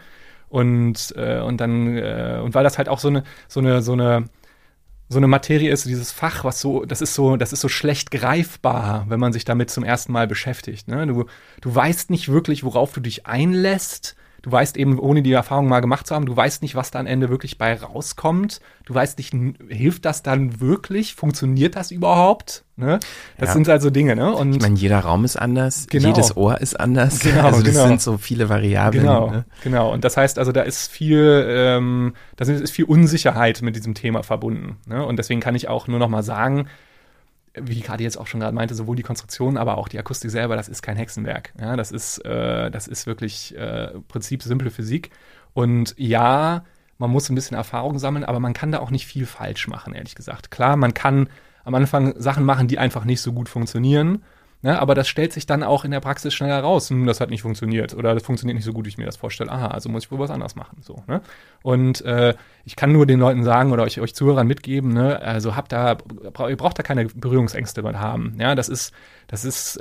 [SPEAKER 2] Und, äh, und dann, äh, und weil das halt auch so eine, so eine, so eine so eine Materie ist, dieses Fach, was so, das ist so, das ist so schlecht greifbar, wenn man sich damit zum ersten Mal beschäftigt. Ne? Du, du weißt nicht wirklich, worauf du dich einlässt. Du weißt eben, ohne die Erfahrung mal gemacht zu haben, du weißt nicht, was da am Ende wirklich bei rauskommt. Du weißt nicht, hilft das dann wirklich? Funktioniert das überhaupt? Ne? Das
[SPEAKER 1] Ja.
[SPEAKER 2] sind also Dinge, ne? Und
[SPEAKER 1] Ich meine, jeder Raum ist anders,
[SPEAKER 2] Genau.
[SPEAKER 1] jedes Ohr ist anders.
[SPEAKER 2] Genau,
[SPEAKER 1] also das
[SPEAKER 2] genau.
[SPEAKER 1] sind so viele Variablen.
[SPEAKER 2] Genau,
[SPEAKER 1] Ne?
[SPEAKER 2] genau. Und das heißt also, da ist viel, ähm, da ist viel Unsicherheit mit diesem Thema verbunden. Ne? Und deswegen kann ich auch nur noch mal sagen, wie gerade jetzt auch schon gerade meinte, sowohl die Konstruktion, aber auch die Akustik selber, das ist kein Hexenwerk. Ja, das ist, äh, das ist wirklich äh, im Prinzip simple Physik. Und ja, man muss ein bisschen Erfahrung sammeln, aber man kann da auch nicht viel falsch machen, ehrlich gesagt. Klar, man kann am Anfang Sachen machen, die einfach nicht so gut funktionieren. Ne, aber das stellt sich dann auch in der Praxis schnell heraus. Hm, das hat nicht funktioniert oder das funktioniert nicht so gut, wie ich mir das vorstelle. Aha, also muss ich wohl was anderes machen. So, ne? Und äh, ich kann nur den Leuten sagen oder euch, euch Zuhörern mitgeben, ne, also habt da, ihr braucht da keine Berührungsängste mit haben. Ja, das ist, das ist,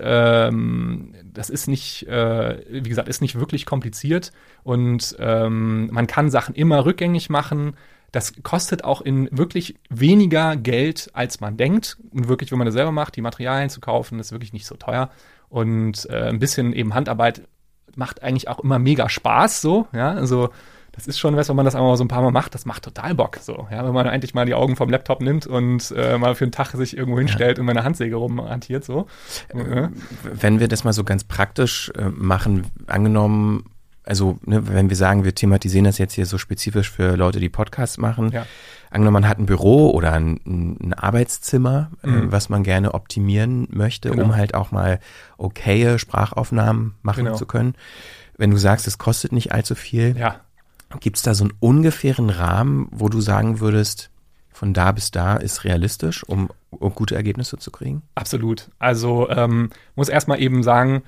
[SPEAKER 2] ähm, das ist nicht, äh, wie gesagt, ist nicht wirklich kompliziert und ähm, man kann Sachen immer rückgängig machen. Das kostet auch in wirklich weniger Geld, als man denkt. Und wirklich, wenn man das selber macht, die Materialien zu kaufen, ist wirklich nicht so teuer. Und äh, ein bisschen eben Handarbeit macht eigentlich auch immer mega Spaß, so, ja, also das ist schon was, wenn man das einmal so ein paar Mal macht, das macht total Bock, so, ja, wenn man endlich mal die Augen vom Laptop nimmt und äh, mal für einen Tag sich irgendwo hinstellt ja. und meine Handsäge rumhantiert, so.
[SPEAKER 1] Äh, wenn wir das mal so ganz praktisch äh, machen, angenommen, also ne, wenn wir sagen, wir thematisieren das jetzt hier so spezifisch für Leute, die Podcasts machen, ja. angenommen, man hat ein Büro oder ein, ein Arbeitszimmer, mhm. äh, was man gerne optimieren möchte, genau. um halt auch mal okaye Sprachaufnahmen machen genau. zu können. Wenn du sagst, es kostet nicht allzu viel,
[SPEAKER 2] ja.
[SPEAKER 1] gibt es da so einen ungefähren Rahmen, wo du sagen würdest, von da bis da ist realistisch, um, um gute Ergebnisse zu kriegen?
[SPEAKER 2] Absolut. Also ähm, muss erstmal eben sagen,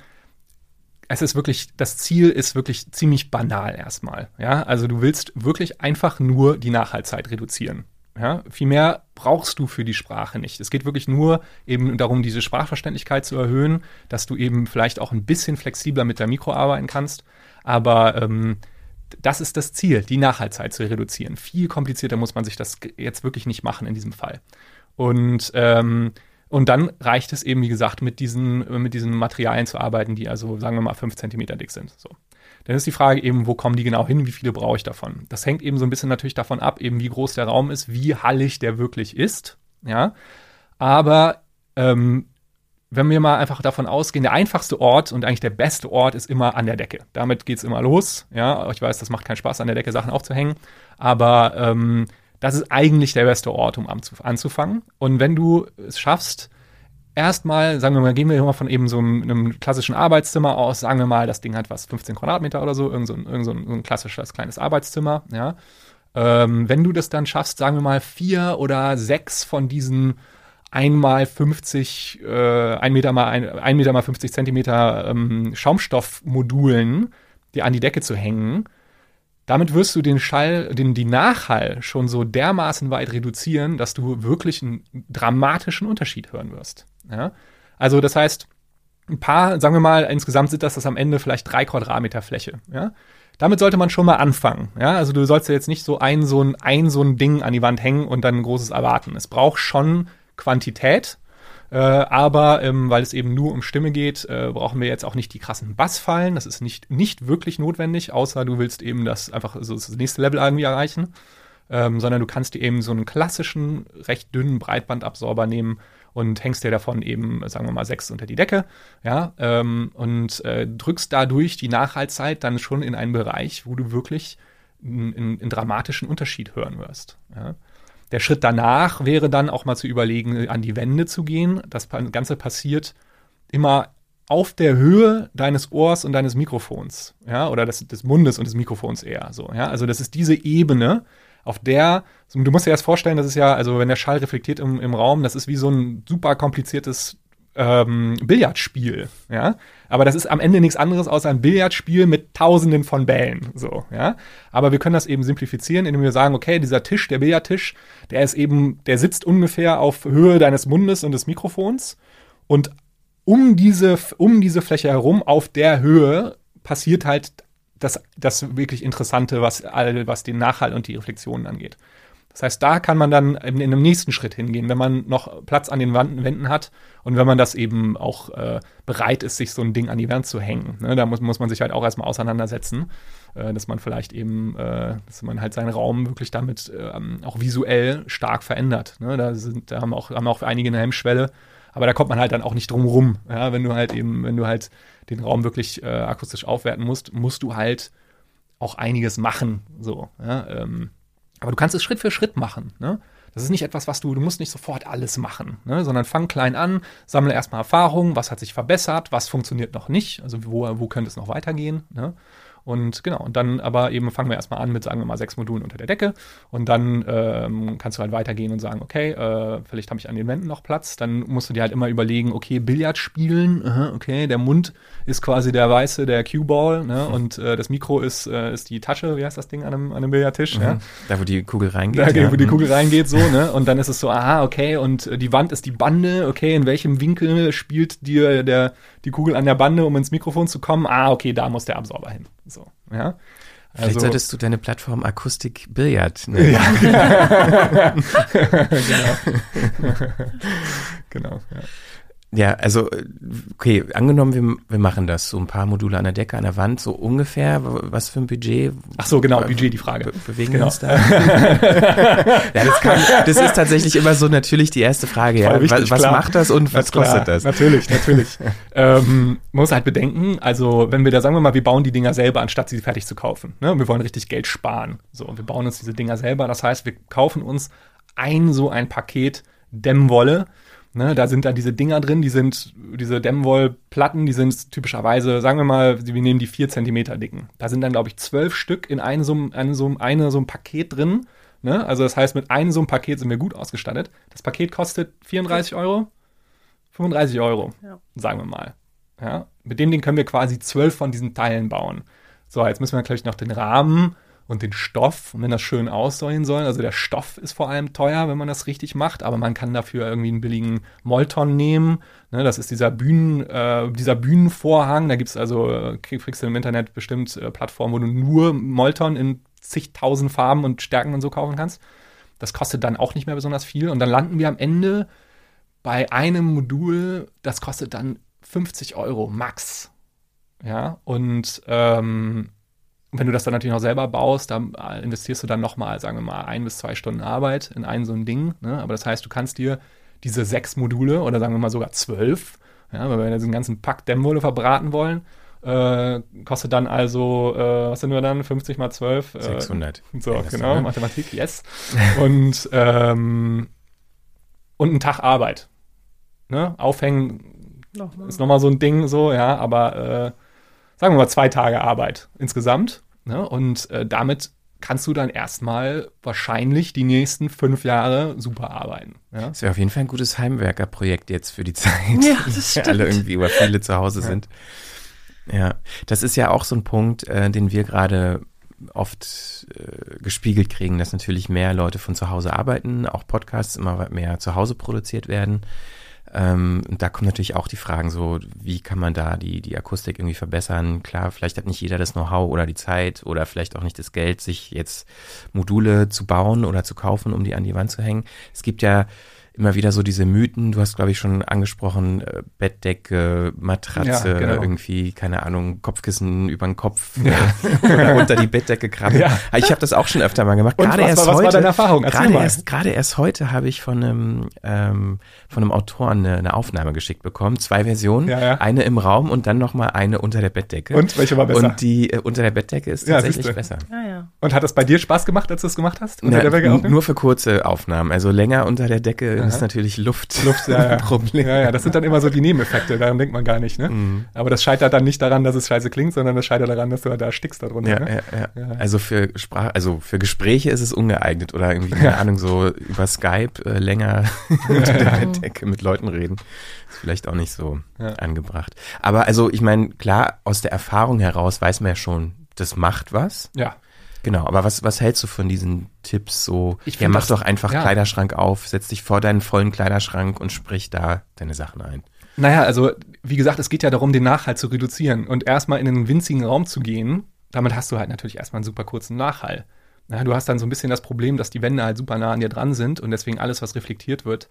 [SPEAKER 2] es ist wirklich, das Ziel ist wirklich ziemlich banal erstmal. Ja? Also du willst wirklich einfach nur die Nachhaltzeit reduzieren. Ja? Viel mehr brauchst du für die Sprache nicht. Es geht wirklich nur eben darum, diese Sprachverständlichkeit zu erhöhen, dass du eben vielleicht auch ein bisschen flexibler mit der Mikro arbeiten kannst. Aber ähm, das ist das Ziel, die Nachhaltzeit zu reduzieren. Viel komplizierter muss man sich das jetzt wirklich nicht machen in diesem Fall. Und ähm, Und dann reicht es eben, wie gesagt, mit diesen, mit diesen Materialien zu arbeiten, die also, sagen wir mal, fünf Zentimeter dick sind. So. Dann ist die Frage eben, wo kommen die genau hin, wie viele brauche ich davon? Das hängt eben so ein bisschen natürlich davon ab, eben wie groß der Raum ist, wie hallig der wirklich ist. Ja? Aber ähm, wenn wir mal einfach davon ausgehen, der einfachste Ort und eigentlich der beste Ort ist immer an der Decke. Damit geht es immer los. Ja? Ich weiß, das macht keinen Spaß, an der Decke Sachen aufzuhängen, aber ähm, das ist eigentlich der beste Ort, um anzufangen. Und wenn du es schaffst, erstmal, sagen wir mal, gehen wir mal von eben so einem, einem klassischen Arbeitszimmer aus, sagen wir mal, das Ding hat was, fünfzehn Quadratmeter oder so, irgend so ein, irgend so ein, so ein klassisches kleines Arbeitszimmer, ja. Ähm, wenn du das dann schaffst, sagen wir mal, vier oder sechs von diesen einmal fünfzig, äh, ein Meter mal ein, ein Meter mal fünfzig Zentimeter ähm, Schaumstoffmodulen, die an die Decke zu hängen, damit wirst du den Schall, den, die Nachhall schon so dermaßen weit reduzieren, dass du wirklich einen dramatischen Unterschied hören wirst. Ja? Also das heißt, ein paar, sagen wir mal, insgesamt sind das, das am Ende vielleicht drei Quadratmeter Fläche. Ja? Damit sollte man schon mal anfangen. Ja? Also du sollst ja jetzt nicht so ein, so ein, ein so ein Ding an die Wand hängen und dann ein großes erwarten. Es braucht schon Quantität. Äh, aber ähm, weil es eben nur um Stimme geht, äh, brauchen wir jetzt auch nicht die krassen Bassfallen. Das ist nicht, nicht wirklich notwendig, außer du willst eben das einfach so das nächste Level irgendwie erreichen. Ähm, sondern du kannst dir eben so einen klassischen, recht dünnen Breitbandabsorber nehmen und hängst dir davon eben, sagen wir mal, sechs unter die Decke, ja, ähm, und äh, drückst dadurch die Nachhaltzeit dann schon in einen Bereich, wo du wirklich einen, einen dramatischen Unterschied hören wirst, ja. Der Schritt danach wäre dann auch mal zu überlegen, an die Wände zu gehen. Das Ganze passiert immer auf der Höhe deines Ohrs und deines Mikrofons, ja, oder des, des Mundes und des Mikrofons eher so, ja. Also das ist diese Ebene, auf der, du musst dir erst vorstellen, das ist ja, also wenn der Schall reflektiert im, im Raum, das ist wie so ein super kompliziertes ähm, Billardspiel, ja. Aber das ist am Ende nichts anderes außer ein Billardspiel mit Tausenden von Bällen, so, ja. Aber wir können das eben simplifizieren, indem wir sagen, okay, dieser Tisch, der Billardtisch, der ist eben, der sitzt ungefähr auf Höhe deines Mundes und des Mikrofons und um diese, um diese Fläche herum, auf der Höhe, passiert halt das, das wirklich Interessante, was, was den Nachhall und die Reflexionen angeht. Das heißt, da kann man dann in einem nächsten Schritt hingehen, wenn man noch Platz an den Wänden hat und wenn man das eben auch äh, bereit ist, sich so ein Ding an die Wand zu hängen. Ne? Da muss, muss man sich halt auch erstmal auseinandersetzen, äh, dass man vielleicht eben, äh, dass man halt seinen Raum wirklich damit äh, auch visuell stark verändert. Ne? Da sind, da haben auch, haben auch einige eine Hemmschwelle, aber da kommt man halt dann auch nicht drum rum. Ja? Wenn du halt eben, wenn du halt den Raum wirklich äh, akustisch aufwerten musst, musst du halt auch einiges machen. So, ja? ähm, Aber du kannst es Schritt für Schritt machen. Ne? Das ist nicht etwas, was du, du musst nicht sofort alles machen, ne? Sondern fang klein an, sammle erstmal Erfahrungen, was hat sich verbessert, was funktioniert noch nicht, also wo, wo könnte es noch weitergehen, ne? Und genau, und dann aber eben fangen wir erstmal an mit, sagen wir mal, sechs Modulen unter der Decke und dann ähm, kannst du halt weitergehen und sagen, okay, äh, vielleicht habe ich an den Wänden noch Platz, dann musst du dir halt immer überlegen, okay, Billard spielen, aha, okay, der Mund ist quasi der weiße, der Cue-Ball, ne? Und äh, das Mikro ist, äh, ist die Tasche, wie heißt das Ding an einem, an einem Billardtisch, mhm. ja?
[SPEAKER 1] Da, wo die Kugel reingeht.
[SPEAKER 2] Da,
[SPEAKER 1] ja.
[SPEAKER 2] wo die Kugel reingeht, so, ne? Und dann ist es so, aha, okay, und äh, die Wand ist die Bande, okay, in welchem Winkel spielt dir der, die Kugel an der Bande, um ins Mikrofon zu kommen? Ah, okay, da muss der Absorber hin, so. Ja,
[SPEAKER 1] vielleicht also, solltest du deine Plattform Akustik Billard
[SPEAKER 2] nennen. Ja, genau. genau, ja.
[SPEAKER 1] Ja, also, okay, angenommen, wir, wir machen das, so ein paar Module an der Decke, an der Wand, so ungefähr, was für ein Budget?
[SPEAKER 2] Ach so, genau, Budget, die Frage.
[SPEAKER 1] Be- bewegen
[SPEAKER 2] genau.
[SPEAKER 1] wir uns da? Ja, das, kann, das ist tatsächlich immer so natürlich die erste Frage, ja.
[SPEAKER 2] Wichtig,
[SPEAKER 1] was
[SPEAKER 2] klar.
[SPEAKER 1] macht das und was
[SPEAKER 2] Klar,
[SPEAKER 1] kostet das?
[SPEAKER 2] Natürlich, natürlich. ähm, man muss halt bedenken, also wenn wir da, sagen wir mal, wir bauen die Dinger selber, anstatt sie fertig zu kaufen. Ne? Wir wollen richtig Geld sparen. So, wir bauen uns diese Dinger selber, das heißt, wir kaufen uns ein so ein Paket Dämmwolle. Ne, da sind dann diese Dinger drin, die sind, diese Dämmwollplatten, die sind typischerweise, sagen wir mal, wir nehmen die vier Zentimeter dicken. Da sind dann, glaube ich, zwölf Stück in einem so einem, einem, so einem, eine, so einem Paket drin. Ne? Also das heißt, mit einem so einem Paket sind wir gut ausgestattet. Das Paket kostet vierunddreißig Euro, fünfunddreißig Euro, ja. sagen wir mal. Ja? Mit dem Ding können wir quasi zwölf von diesen Teilen bauen. So, jetzt müssen wir natürlich noch den Rahmen und den Stoff, und wenn das schön aussehen soll, also der Stoff ist vor allem teuer, wenn man das richtig macht, aber man kann dafür irgendwie einen billigen Molton nehmen, ne, das ist dieser Bühnen, äh, dieser Bühnenvorhang, da gibt's also, äh, kriegst du im Internet bestimmt äh, Plattformen, wo du nur Molton in zigtausend Farben und Stärken und so kaufen kannst. Das kostet dann auch nicht mehr besonders viel und dann landen wir am Ende bei einem Modul, das kostet dann fünfzig Euro max. Ja, und ähm, wenn du das dann natürlich noch selber baust, dann investierst du dann nochmal, sagen wir mal, ein bis zwei Stunden Arbeit in ein so ein Ding. Ne? Aber das heißt, du kannst dir diese sechs Module oder sagen wir mal sogar zwölf, ja, weil wir diesen ganzen Pack Dämmwolle verbraten wollen, äh, kostet dann also, äh, was sind wir dann, fünfzig mal zwölf? Äh,
[SPEAKER 1] sechshundert.
[SPEAKER 2] So,
[SPEAKER 1] ja,
[SPEAKER 2] genau, Mathematik, yes. und, ähm, und einen Tag Arbeit. Ne? Aufhängen nochmal. Ist nochmal so ein Ding, so, ja, aber äh, sagen wir mal zwei Tage Arbeit insgesamt. Ne? Und äh, damit kannst du dann erstmal wahrscheinlich die nächsten fünf Jahre super arbeiten. Ja?
[SPEAKER 1] Das wäre auf jeden Fall ein gutes Heimwerkerprojekt jetzt für die Zeit,
[SPEAKER 3] ja, das stimmt.
[SPEAKER 1] alle irgendwie über viele zu Hause
[SPEAKER 2] ja.
[SPEAKER 1] sind. Ja, das ist ja auch so ein Punkt, äh, den wir gerade oft äh, gespiegelt kriegen, dass natürlich mehr Leute von zu Hause arbeiten, auch Podcasts immer mehr zu Hause produziert werden. Ähm, und da kommen natürlich auch die Fragen so, wie kann man da die, die Akustik irgendwie verbessern? Klar, vielleicht hat nicht jeder das Know-how oder die Zeit oder vielleicht auch nicht das Geld, sich jetzt Module zu bauen oder zu kaufen, um die an die Wand zu hängen. Es gibt ja immer wieder so diese Mythen, du hast, glaube ich, schon angesprochen, äh, Bettdecke, Matratze,
[SPEAKER 2] ja, genau.
[SPEAKER 1] irgendwie, keine Ahnung, Kopfkissen über den Kopf ja. äh, oder unter die Bettdecke krabbeln. Ja. Ich habe das auch schon öfter mal gemacht.
[SPEAKER 2] Und
[SPEAKER 1] gerade
[SPEAKER 2] was,
[SPEAKER 1] erst
[SPEAKER 2] was
[SPEAKER 1] heute,
[SPEAKER 2] war deine Erfahrung?
[SPEAKER 1] Gerade erst, gerade erst heute habe ich von einem, ähm, von einem Autor eine, eine Aufnahme geschickt bekommen. Zwei Versionen,
[SPEAKER 2] ja, ja.
[SPEAKER 1] eine im Raum und dann nochmal eine unter der Bettdecke.
[SPEAKER 2] Und welche war besser?
[SPEAKER 1] Und die äh, unter der Bettdecke ist
[SPEAKER 2] ja,
[SPEAKER 1] tatsächlich besser.
[SPEAKER 3] Ja, ja.
[SPEAKER 2] Und hat das bei dir Spaß gemacht, als du es gemacht hast? Unter
[SPEAKER 1] Na,
[SPEAKER 2] der Decke
[SPEAKER 1] n- nur für kurze Aufnahmen. Also länger unter der Decke Aha. ist natürlich Luft.
[SPEAKER 2] Luft, ja, ja. Problem. Ja, ja, das sind dann immer so die Nebeneffekte, daran denkt man gar nicht, ne? Mhm. Aber das scheitert dann nicht daran, dass es scheiße klingt, sondern das scheitert daran, dass du da erstickst darunter,
[SPEAKER 1] ja,
[SPEAKER 2] ne?
[SPEAKER 1] Ja, ja. ja. Also für Sprach, also für Gespräche ist es ungeeignet oder irgendwie, keine ja. Ahnung, so über Skype äh, länger unter der Decke mit Leuten reden. Ist vielleicht auch nicht so ja. angebracht. Aber also, ich meine, klar, aus der Erfahrung heraus weiß man ja schon, das macht was.
[SPEAKER 2] Ja.
[SPEAKER 1] Genau, aber was, was hältst du von diesen Tipps so?
[SPEAKER 2] Ich
[SPEAKER 1] ja, mach
[SPEAKER 2] das,
[SPEAKER 1] doch einfach
[SPEAKER 2] ja.
[SPEAKER 1] Kleiderschrank auf, setz dich vor deinen vollen Kleiderschrank und sprich da deine Sachen ein.
[SPEAKER 2] Naja, also wie gesagt, es geht ja darum, den Nachhall zu reduzieren und erstmal in einen winzigen Raum zu gehen. Damit hast du halt natürlich erstmal einen super kurzen Nachhall. Ja, du hast dann so ein bisschen das Problem, dass die Wände halt super nah an dir dran sind und deswegen alles, was reflektiert wird,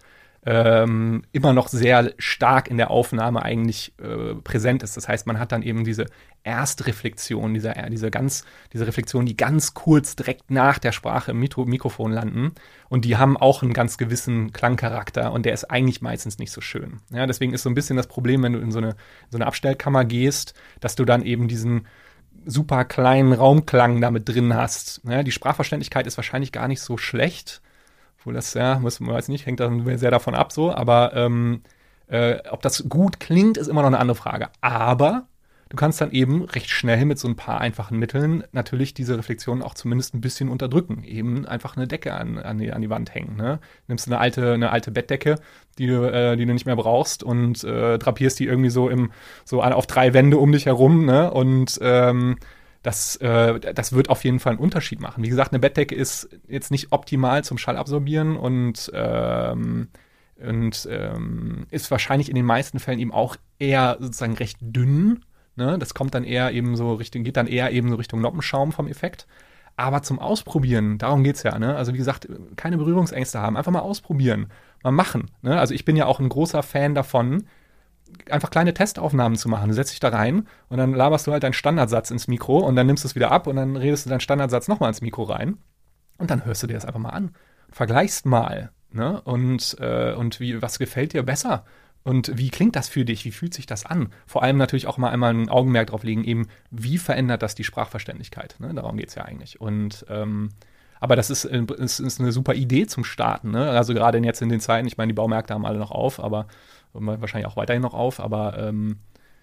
[SPEAKER 2] ähm, immer noch sehr stark in der Aufnahme eigentlich äh, präsent ist. Das heißt, man hat dann eben diese Erstreflexion, diese, diese, ganz, diese Reflexion, die ganz kurz direkt nach der Sprache im Mikro- Mikrofon landen. Und die haben auch einen ganz gewissen Klangcharakter und der ist eigentlich meistens nicht so schön. Ja, deswegen ist so ein bisschen das Problem, wenn du in so eine, in so eine Abstellkammer gehst, dass du dann eben diesen super kleinen Raumklang damit drin hast. Ja, die Sprachverständlichkeit ist wahrscheinlich gar nicht so schlecht. Obwohl das, ja, muss man weiß nicht, hängt dann sehr davon ab so, aber ähm, äh, ob das gut klingt, ist immer noch eine andere Frage. Aber du kannst dann eben recht schnell mit so ein paar einfachen Mitteln natürlich diese Reflexion auch zumindest ein bisschen unterdrücken. Eben einfach eine Decke an, an, die, an die Wand hängen. Ne? Nimmst eine alte, eine alte Bettdecke, die du, äh, die du nicht mehr brauchst und äh, drapierst die irgendwie so im so auf drei Wände um dich herum, ne? Und ähm, Das, äh, das wird auf jeden Fall einen Unterschied machen. Wie gesagt, eine Bettdecke ist jetzt nicht optimal zum Schallabsorbieren und, ähm, und ähm, ist wahrscheinlich in den meisten Fällen eben auch eher sozusagen recht dünn. Ne? Das kommt dann eher eben so Richtung, geht dann eher eben so Richtung Noppenschaum vom Effekt. Aber zum Ausprobieren, darum geht's ja. Ne? Also wie gesagt, keine Berührungsängste haben, einfach mal ausprobieren, mal machen. Ne? Also ich bin ja auch ein großer Fan davon, einfach kleine Testaufnahmen zu machen. Du setzt dich da rein und dann laberst du halt deinen Standardsatz ins Mikro und dann nimmst du es wieder ab und dann redest du deinen Standardsatz nochmal ins Mikro rein und dann hörst du dir das einfach mal an. Vergleichst mal, ne? Und, äh, und wie, was gefällt dir besser? Und wie klingt das für dich? Wie fühlt sich das an? Vor allem natürlich auch mal einmal ein Augenmerk drauf legen, eben, wie verändert das die Sprachverständlichkeit? Ne? Darum geht es ja eigentlich. Und ähm, aber das ist, ist, ist eine super Idee zum Starten. Ne? Also gerade jetzt in den Zeiten, ich meine, die Baumärkte haben alle noch auf, aber wahrscheinlich auch weiterhin noch auf, aber ähm,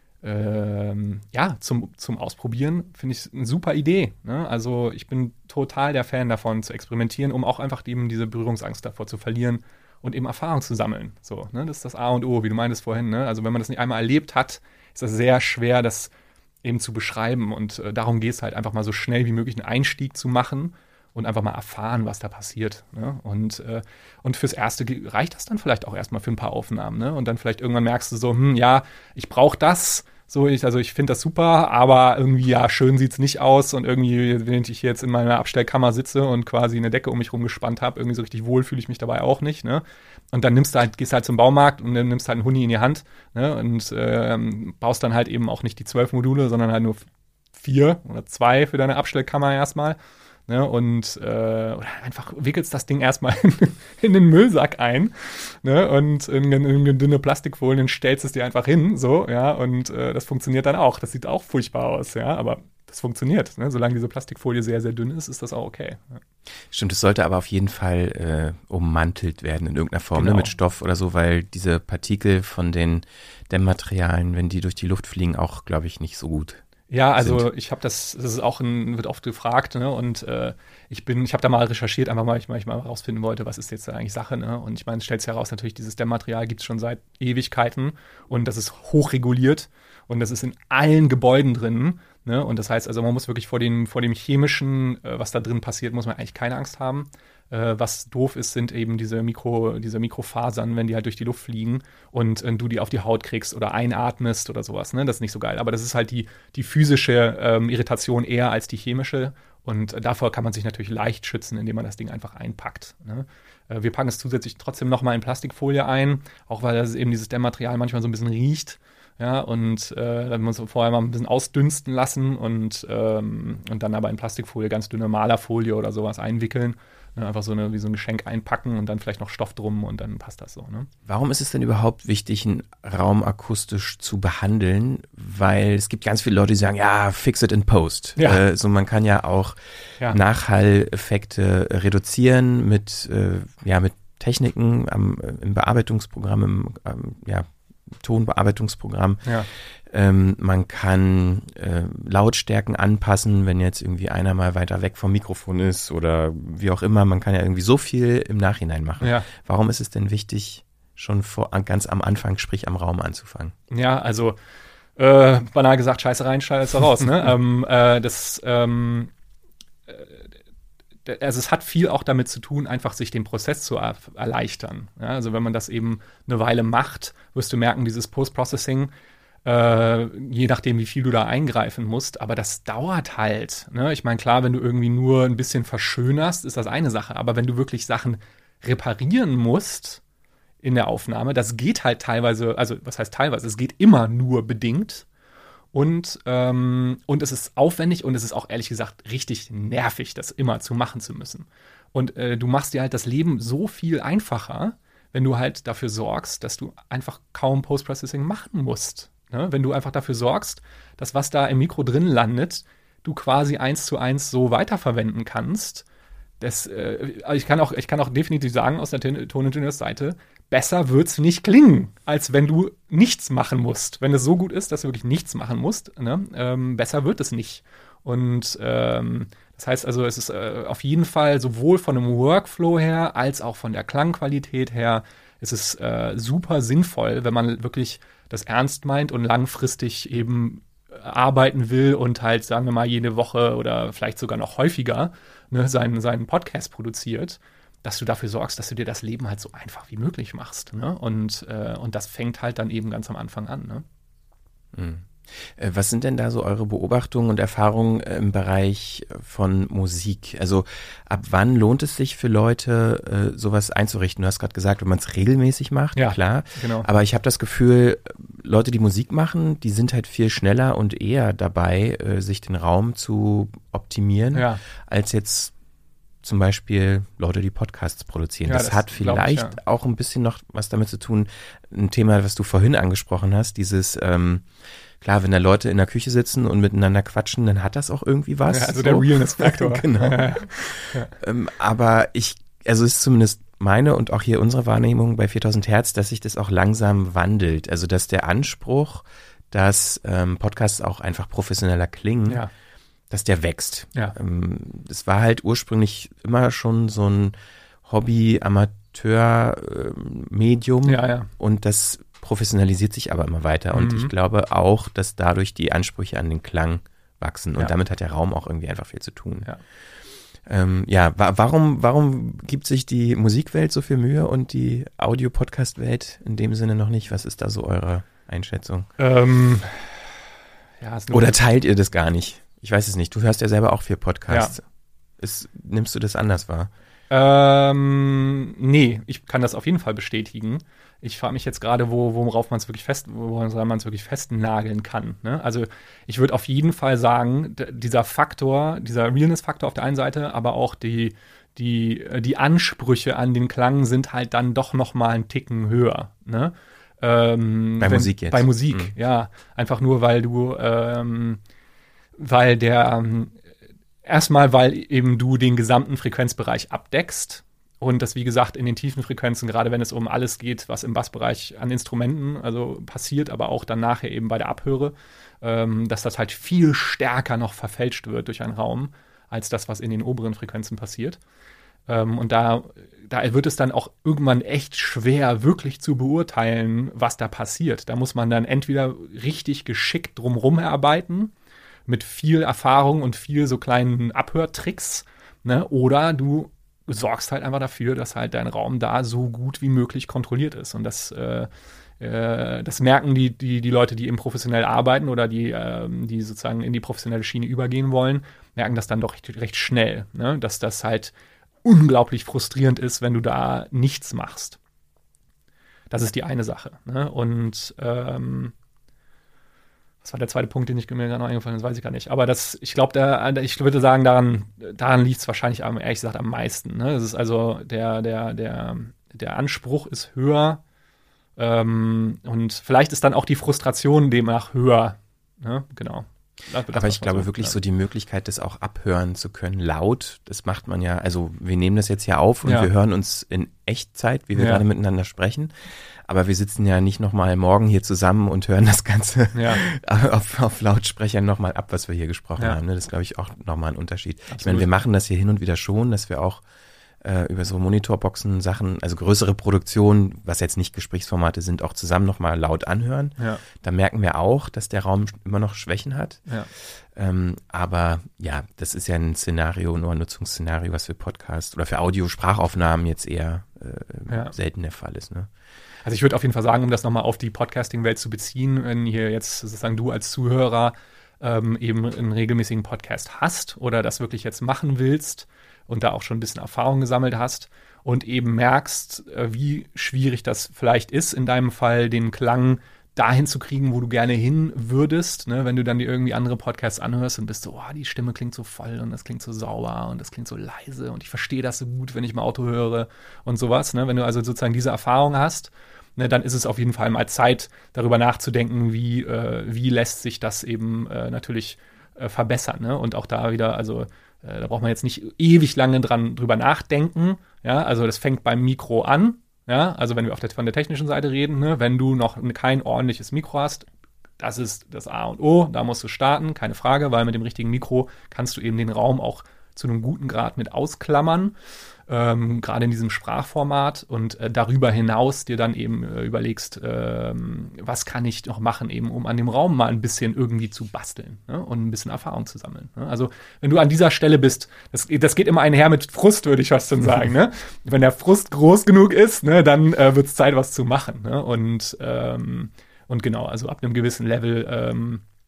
[SPEAKER 2] ähm, ja, zum, zum Ausprobieren finde ich eine super Idee. Ne? Also ich bin total der Fan davon, zu experimentieren, um auch einfach eben diese Berührungsangst davor zu verlieren und eben Erfahrung zu sammeln. So, ne? Das ist das A und O, wie du meintest vorhin. Ne? Also wenn man das nicht einmal erlebt hat, ist das sehr schwer, das eben zu beschreiben. Und äh, darum geht es halt einfach mal so schnell wie möglich einen Einstieg zu machen und einfach mal erfahren, was da passiert. Ne? Und, äh, und fürs Erste reicht das dann vielleicht auch erstmal für ein paar Aufnahmen. Ne? Und dann vielleicht irgendwann merkst du so, hm, ja, ich brauche das. So, ich, also ich finde das super, aber irgendwie, ja, schön sieht's nicht aus. Und irgendwie, wenn ich jetzt in meiner Abstellkammer sitze und quasi eine Decke um mich rumgespannt habe, irgendwie so richtig wohl fühle ich mich dabei auch nicht. Ne? Und dann nimmst du halt, gehst halt zum Baumarkt und dann nimmst halt einen Huni in die Hand, ne? Und ähm, baust dann halt eben auch nicht die zwölf Module, sondern halt nur vier oder zwei für deine Abstellkammer erstmal. Ne, und äh, oder einfach wickelst das Ding erstmal in, in den Müllsack ein, ne, und in, in, in dünne Plastikfolien stellst es dir einfach hin, so, ja, und äh, das funktioniert dann auch. Das sieht auch furchtbar aus, ja, aber das funktioniert. Ne? Solange diese Plastikfolie sehr, sehr dünn ist, ist das auch okay. Ja.
[SPEAKER 1] Stimmt, es sollte aber auf jeden Fall äh, ummantelt werden in irgendeiner Form,
[SPEAKER 2] Genau.
[SPEAKER 1] ne, mit Stoff oder so, weil diese Partikel von den Dämmmaterialien, wenn die durch die Luft fliegen, auch, glaube ich, nicht so gut.
[SPEAKER 2] Ja, also
[SPEAKER 1] sind.
[SPEAKER 2] ich habe das, das ist auch ein, wird oft gefragt, ne? Und äh, ich bin, ich habe da mal recherchiert, einfach mal, weil ich mal herausfinden wollte, was ist jetzt da eigentlich Sache, ne? Und ich meine, es stellt sich heraus, natürlich, dieses Dämmmaterial gibt es schon seit Ewigkeiten und das ist hochreguliert und das ist in allen Gebäuden drin, ne? Und das heißt, also man muss wirklich vor dem, vor dem chemischen, äh, was da drin passiert, muss man eigentlich keine Angst haben. Äh, was doof ist, sind eben diese Mikro, diese Mikrofasern, wenn die halt durch die Luft fliegen und äh, du die auf die Haut kriegst oder einatmest oder sowas. Ne? Das ist nicht so geil. Aber das ist halt die, die physische ähm, Irritation eher als die chemische. Und äh, davor kann man sich natürlich leicht schützen, indem man das Ding einfach einpackt. Ne? Äh, wir packen es zusätzlich trotzdem nochmal in Plastikfolie ein, auch weil das eben dieses Dämmmaterial manchmal so ein bisschen riecht. Ja, und äh, dann muss man vorher mal ein bisschen ausdünsten lassen und, ähm, und dann aber in Plastikfolie, ganz dünne Malerfolie oder sowas einwickeln. Ne, einfach so eine, wie so ein Geschenk einpacken und dann vielleicht noch Stoff drum und dann passt das so. Ne?
[SPEAKER 1] Warum ist es denn überhaupt wichtig, einen Raum akustisch zu behandeln? Weil es gibt ganz viele Leute, die sagen, ja, fix it in post.
[SPEAKER 2] Ja.
[SPEAKER 1] Äh, so man kann ja auch
[SPEAKER 2] Ja.
[SPEAKER 1] Nachhalleffekte reduzieren mit, äh, ja, mit Techniken am, im Bearbeitungsprogramm, im ähm, ja, Tonbearbeitungsprogramm.
[SPEAKER 2] Ja.
[SPEAKER 1] Ähm, man kann äh, Lautstärken anpassen, wenn jetzt irgendwie einer mal weiter weg vom Mikrofon ist oder wie auch immer. Man kann ja irgendwie so viel im Nachhinein machen.
[SPEAKER 2] Ja.
[SPEAKER 1] Warum ist es denn wichtig, schon vor, ganz am Anfang, sprich am Raum anzufangen?
[SPEAKER 2] Ja, also äh, banal gesagt, Scheiße rein, Scheiße raus. Ne? ähm, äh, das, ähm, äh, also es hat viel auch damit zu tun, einfach sich den Prozess zu er- erleichtern. Ja? Also wenn man das eben eine Weile macht, wirst du merken, dieses Post-Processing, Äh, je nachdem, wie viel du da eingreifen musst. Aber das dauert halt. Ne? Ich meine, klar, wenn du irgendwie nur ein bisschen verschönerst, ist das eine Sache. Aber wenn du wirklich Sachen reparieren musst in der Aufnahme, das geht halt teilweise, also was heißt teilweise, es geht immer nur bedingt. Und, ähm, und es ist aufwendig und es ist auch ehrlich gesagt richtig nervig, das immer zu machen zu müssen. Und äh, du machst dir halt das Leben so viel einfacher, wenn du halt dafür sorgst, dass du einfach kaum Post-Processing machen musst. Ne? Wenn du einfach dafür sorgst, dass was da im Mikro drin landet, du quasi eins zu eins so weiterverwenden kannst. Das, äh, ich kann auch, ich kann auch definitiv sagen aus der Ton- Toningenieursseite, besser wird's nicht klingen, als wenn du nichts machen musst. Wenn es so gut ist, dass du wirklich nichts machen musst, ne? ähm, besser wird es nicht. Und ähm, das heißt also, es ist äh, auf jeden Fall sowohl von einem Workflow her, als auch von der Klangqualität her, es ist äh, super sinnvoll, wenn man wirklich das ernst meint und langfristig eben arbeiten will und halt, sagen wir mal, jede Woche oder vielleicht sogar noch häufiger ne, seinen, seinen Podcast produziert, dass du dafür sorgst, dass du dir das Leben halt so einfach wie möglich machst. Ne? Und, äh, und das fängt halt dann eben ganz am Anfang an. Ne?
[SPEAKER 1] Mhm. Was sind denn da so eure Beobachtungen und Erfahrungen im Bereich von Musik? Also ab wann lohnt es sich für Leute, sowas einzurichten? Du hast gerade gesagt, wenn man es regelmäßig macht,
[SPEAKER 2] ja,
[SPEAKER 1] klar.
[SPEAKER 2] Genau.
[SPEAKER 1] Aber ich habe das Gefühl, Leute, die Musik machen, die sind halt viel schneller und eher dabei, sich den Raum zu optimieren, ja. als jetzt zum Beispiel Leute, die Podcasts produzieren. Ja, das, das hat vielleicht ich, ja. auch ein bisschen noch was damit zu tun, ein Thema, was du vorhin angesprochen hast, dieses ähm, klar, wenn da Leute in der Küche sitzen und miteinander quatschen, dann hat das auch irgendwie was.
[SPEAKER 2] Ja, also
[SPEAKER 1] so.
[SPEAKER 2] Der Realness-Faktor.
[SPEAKER 1] Genau. Ja, ja. Ähm, aber ich, also es ist zumindest meine und auch hier unsere Wahrnehmung bei viertausend Hertz, dass sich das auch langsam wandelt. Also dass der Anspruch, dass ähm, Podcasts auch einfach professioneller klingen, ja. dass der wächst.
[SPEAKER 2] Ja.
[SPEAKER 1] Ähm, das war halt ursprünglich immer schon so ein Hobby-Amateur-Medium
[SPEAKER 2] ja, ja.
[SPEAKER 1] und das professionalisiert sich aber immer weiter und mhm. ich glaube auch, dass dadurch die Ansprüche an den Klang wachsen und
[SPEAKER 2] ja.
[SPEAKER 1] damit hat der Raum auch irgendwie einfach viel zu tun.
[SPEAKER 2] Ja,
[SPEAKER 1] ähm, ja wa- warum, warum gibt sich die Musikwelt so viel Mühe und die Audio-Podcast-Welt in dem Sinne noch nicht? Was ist da so eure Einschätzung?
[SPEAKER 2] Ähm, ja,
[SPEAKER 1] Oder teilt ihr das gar nicht? Ich weiß es nicht. Du hörst ja selber auch viel Podcasts.
[SPEAKER 2] Ja.
[SPEAKER 1] Ist, nimmst du das anders wahr?
[SPEAKER 2] Ähm, nee, ich kann das auf jeden Fall bestätigen. Ich frage mich jetzt gerade, wo, worauf man es wirklich fest, woran man es wirklich festnageln kann. Ne? Also ich würde auf jeden Fall sagen, d- dieser Faktor, dieser Realness-Faktor auf der einen Seite, aber auch die, die, die Ansprüche an den Klang sind halt dann doch noch mal einen Ticken höher. Ne? Ähm,
[SPEAKER 1] bei
[SPEAKER 2] wenn,
[SPEAKER 1] Musik jetzt?
[SPEAKER 2] Bei Musik,
[SPEAKER 1] mhm.
[SPEAKER 2] ja. Einfach nur, weil du, ähm, weil der, ähm, erstmal, weil eben du den gesamten Frequenzbereich abdeckst. Und das, wie gesagt, in den tiefen Frequenzen, gerade wenn es um alles geht, was im Bassbereich an Instrumenten also passiert, aber auch dann nachher eben bei der Abhöre, ähm, dass das halt viel stärker noch verfälscht wird durch einen Raum, als das, was in den oberen Frequenzen passiert. Ähm, und da, da wird es dann auch irgendwann echt schwer, wirklich zu beurteilen, was da passiert. Da muss man dann entweder richtig geschickt drumherum erarbeiten, mit viel Erfahrung und viel so kleinen Abhörtricks, ne? Oder du sorgst halt einfach dafür, dass halt dein Raum da so gut wie möglich kontrolliert ist. Und das, äh, äh, das merken die, die, die Leute, die eben professionell arbeiten oder die, äh, die sozusagen in die professionelle Schiene übergehen wollen, merken das dann doch recht, recht schnell, ne? Dass das halt unglaublich frustrierend ist, wenn du da nichts machst. Das ist die eine Sache. Ne? Und ähm, was war der zweite Punkt, den ich mir gerade noch eingefallen ist, weiß ich gar nicht. Aber das, ich glaube, ich würde sagen, daran, daran liegt es wahrscheinlich am, ehrlich gesagt am meisten. Ne? Das ist also der, der, der, der Anspruch ist höher ähm, und vielleicht ist dann auch die Frustration demnach höher. Ne? Genau.
[SPEAKER 1] Aber ich glaube so, wirklich ja. so die Möglichkeit, das auch abhören zu können, laut, das macht man ja, also wir nehmen das jetzt ja auf und
[SPEAKER 2] ja.
[SPEAKER 1] wir hören uns in Echtzeit, wie wir
[SPEAKER 2] ja.
[SPEAKER 1] gerade miteinander sprechen, aber wir sitzen ja nicht nochmal morgen hier zusammen und hören das Ganze ja. auf, auf Lautsprechern nochmal ab, was wir hier gesprochen ja. haben. Das ist, glaube ich, auch nochmal ein Unterschied. Absolut. Ich meine, wir machen das hier hin und wieder schon, dass wir auch äh, über so Monitorboxen Sachen, also größere Produktionen, was jetzt nicht Gesprächsformate sind, auch zusammen nochmal laut anhören.
[SPEAKER 2] Ja.
[SPEAKER 1] Da merken wir auch, dass der Raum immer noch Schwächen hat.
[SPEAKER 2] Ja.
[SPEAKER 1] Ähm, aber ja, das ist ja ein Szenario, nur ein Nutzungsszenario, was für Podcast oder für Audio-Sprachaufnahmen jetzt eher äh, ja. selten der Fall ist. Ne?
[SPEAKER 2] Also ich würde auf jeden Fall sagen, um das nochmal auf die Podcasting-Welt zu beziehen, wenn hier jetzt sozusagen du als Zuhörer ähm, eben einen regelmäßigen Podcast hast oder das wirklich jetzt machen willst und da auch schon ein bisschen Erfahrung gesammelt hast und eben merkst, äh, wie schwierig das vielleicht ist, in deinem Fall den Klang dahin zu kriegen, wo du gerne hin würdest, ne? Wenn du dann dir irgendwie andere Podcasts anhörst und bist so, oh, die Stimme klingt so voll und das klingt so sauber und das klingt so leise und ich verstehe das so gut, wenn ich im Auto höre und sowas, ne? Wenn du also sozusagen diese Erfahrung hast, ne, dann ist es auf jeden Fall mal Zeit, darüber nachzudenken, wie, äh, wie lässt sich das eben äh, natürlich äh, verbessern, ne? Und auch da wieder, also äh, da braucht man jetzt nicht ewig lange dran drüber nachdenken, ja, also das fängt beim Mikro an. Ja, also wenn wir auf der, von der technischen Seite reden, ne, wenn du noch kein ordentliches Mikro hast, das ist das A und O, da musst du starten, keine Frage, weil mit dem richtigen Mikro kannst du eben den Raum auch zu einem guten Grad mit ausklammern, ähm, gerade in diesem Sprachformat und äh, darüber hinaus dir dann eben äh, überlegst, ähm, was kann ich noch machen, eben um an dem Raum mal ein bisschen irgendwie zu basteln, ne, und ein bisschen Erfahrung zu sammeln. Ne? Also wenn du an dieser Stelle bist, das, das geht immer einher mit Frust, würde ich fast schon sagen. Ne? Wenn der Frust groß genug ist, ne, dann äh, wird es Zeit, was zu machen. Ne? Und, ähm, und genau, also ab einem gewissen Level ähm,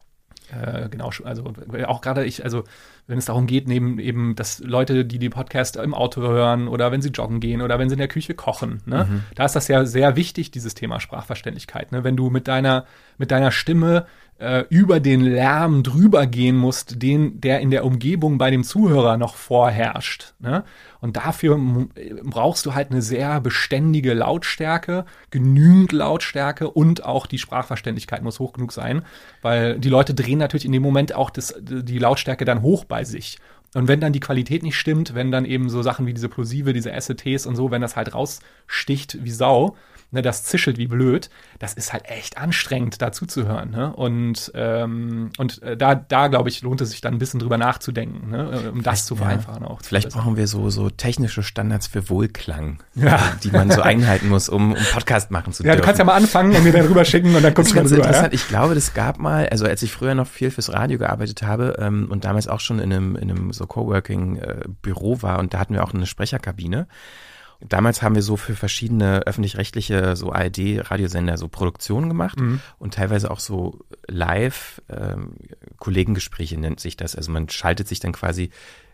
[SPEAKER 2] Äh, genau, also auch gerade ich, also wenn es darum geht, neben eben, dass Leute, die die Podcast im Auto hören oder wenn sie joggen gehen oder wenn sie in der Küche kochen, ne, mhm. da ist das ja sehr wichtig, dieses Thema Sprachverständlichkeit. Ne? Wenn du mit deiner, mit deiner Stimme äh, über den Lärm drüber gehen musst, den, der in der Umgebung bei dem Zuhörer noch vorherrscht. Ne? Und dafür m- brauchst du halt eine sehr beständige Lautstärke, genügend Lautstärke und auch die Sprachverständlichkeit muss hoch genug sein, weil die Leute drehen natürlich in dem Moment auch das, die Lautstärke dann hoch bei sich. Und wenn dann die Qualität nicht stimmt, wenn dann eben so Sachen wie diese Plosive, diese S E Ts und so, wenn das halt raussticht wie Sau, ne, das zischelt wie blöd, das ist halt echt anstrengend, da zuzuhören. Ne? Und, ähm, und äh, da, da glaube ich, lohnt es sich dann ein bisschen drüber nachzudenken, ne? Um das zu vereinfachen
[SPEAKER 1] ja.
[SPEAKER 2] auch.
[SPEAKER 1] Vielleicht brauchen wir so, so technische Standards für Wohlklang,
[SPEAKER 2] ja.
[SPEAKER 1] die man so einhalten muss, um, um Podcast machen zu
[SPEAKER 2] ja,
[SPEAKER 1] dürfen.
[SPEAKER 2] Du kannst ja mal anfangen und mir dann rüber schicken und dann guckst du mal
[SPEAKER 1] ganz
[SPEAKER 2] drüber.
[SPEAKER 1] Interessant.
[SPEAKER 2] Ja?
[SPEAKER 1] Ich glaube, das gab mal, also als ich früher noch viel fürs Radio gearbeitet habe ähm, und damals auch schon in einem, in einem so Coworking-Büro war und da hatten wir auch eine Sprecherkabine. Damals haben wir so für verschiedene öffentlich-rechtliche, so A R D-Radiosender so Produktionen gemacht mhm. und teilweise auch so Live-Kollegengespräche ähm, nennt sich das. Also man schaltet sich dann quasi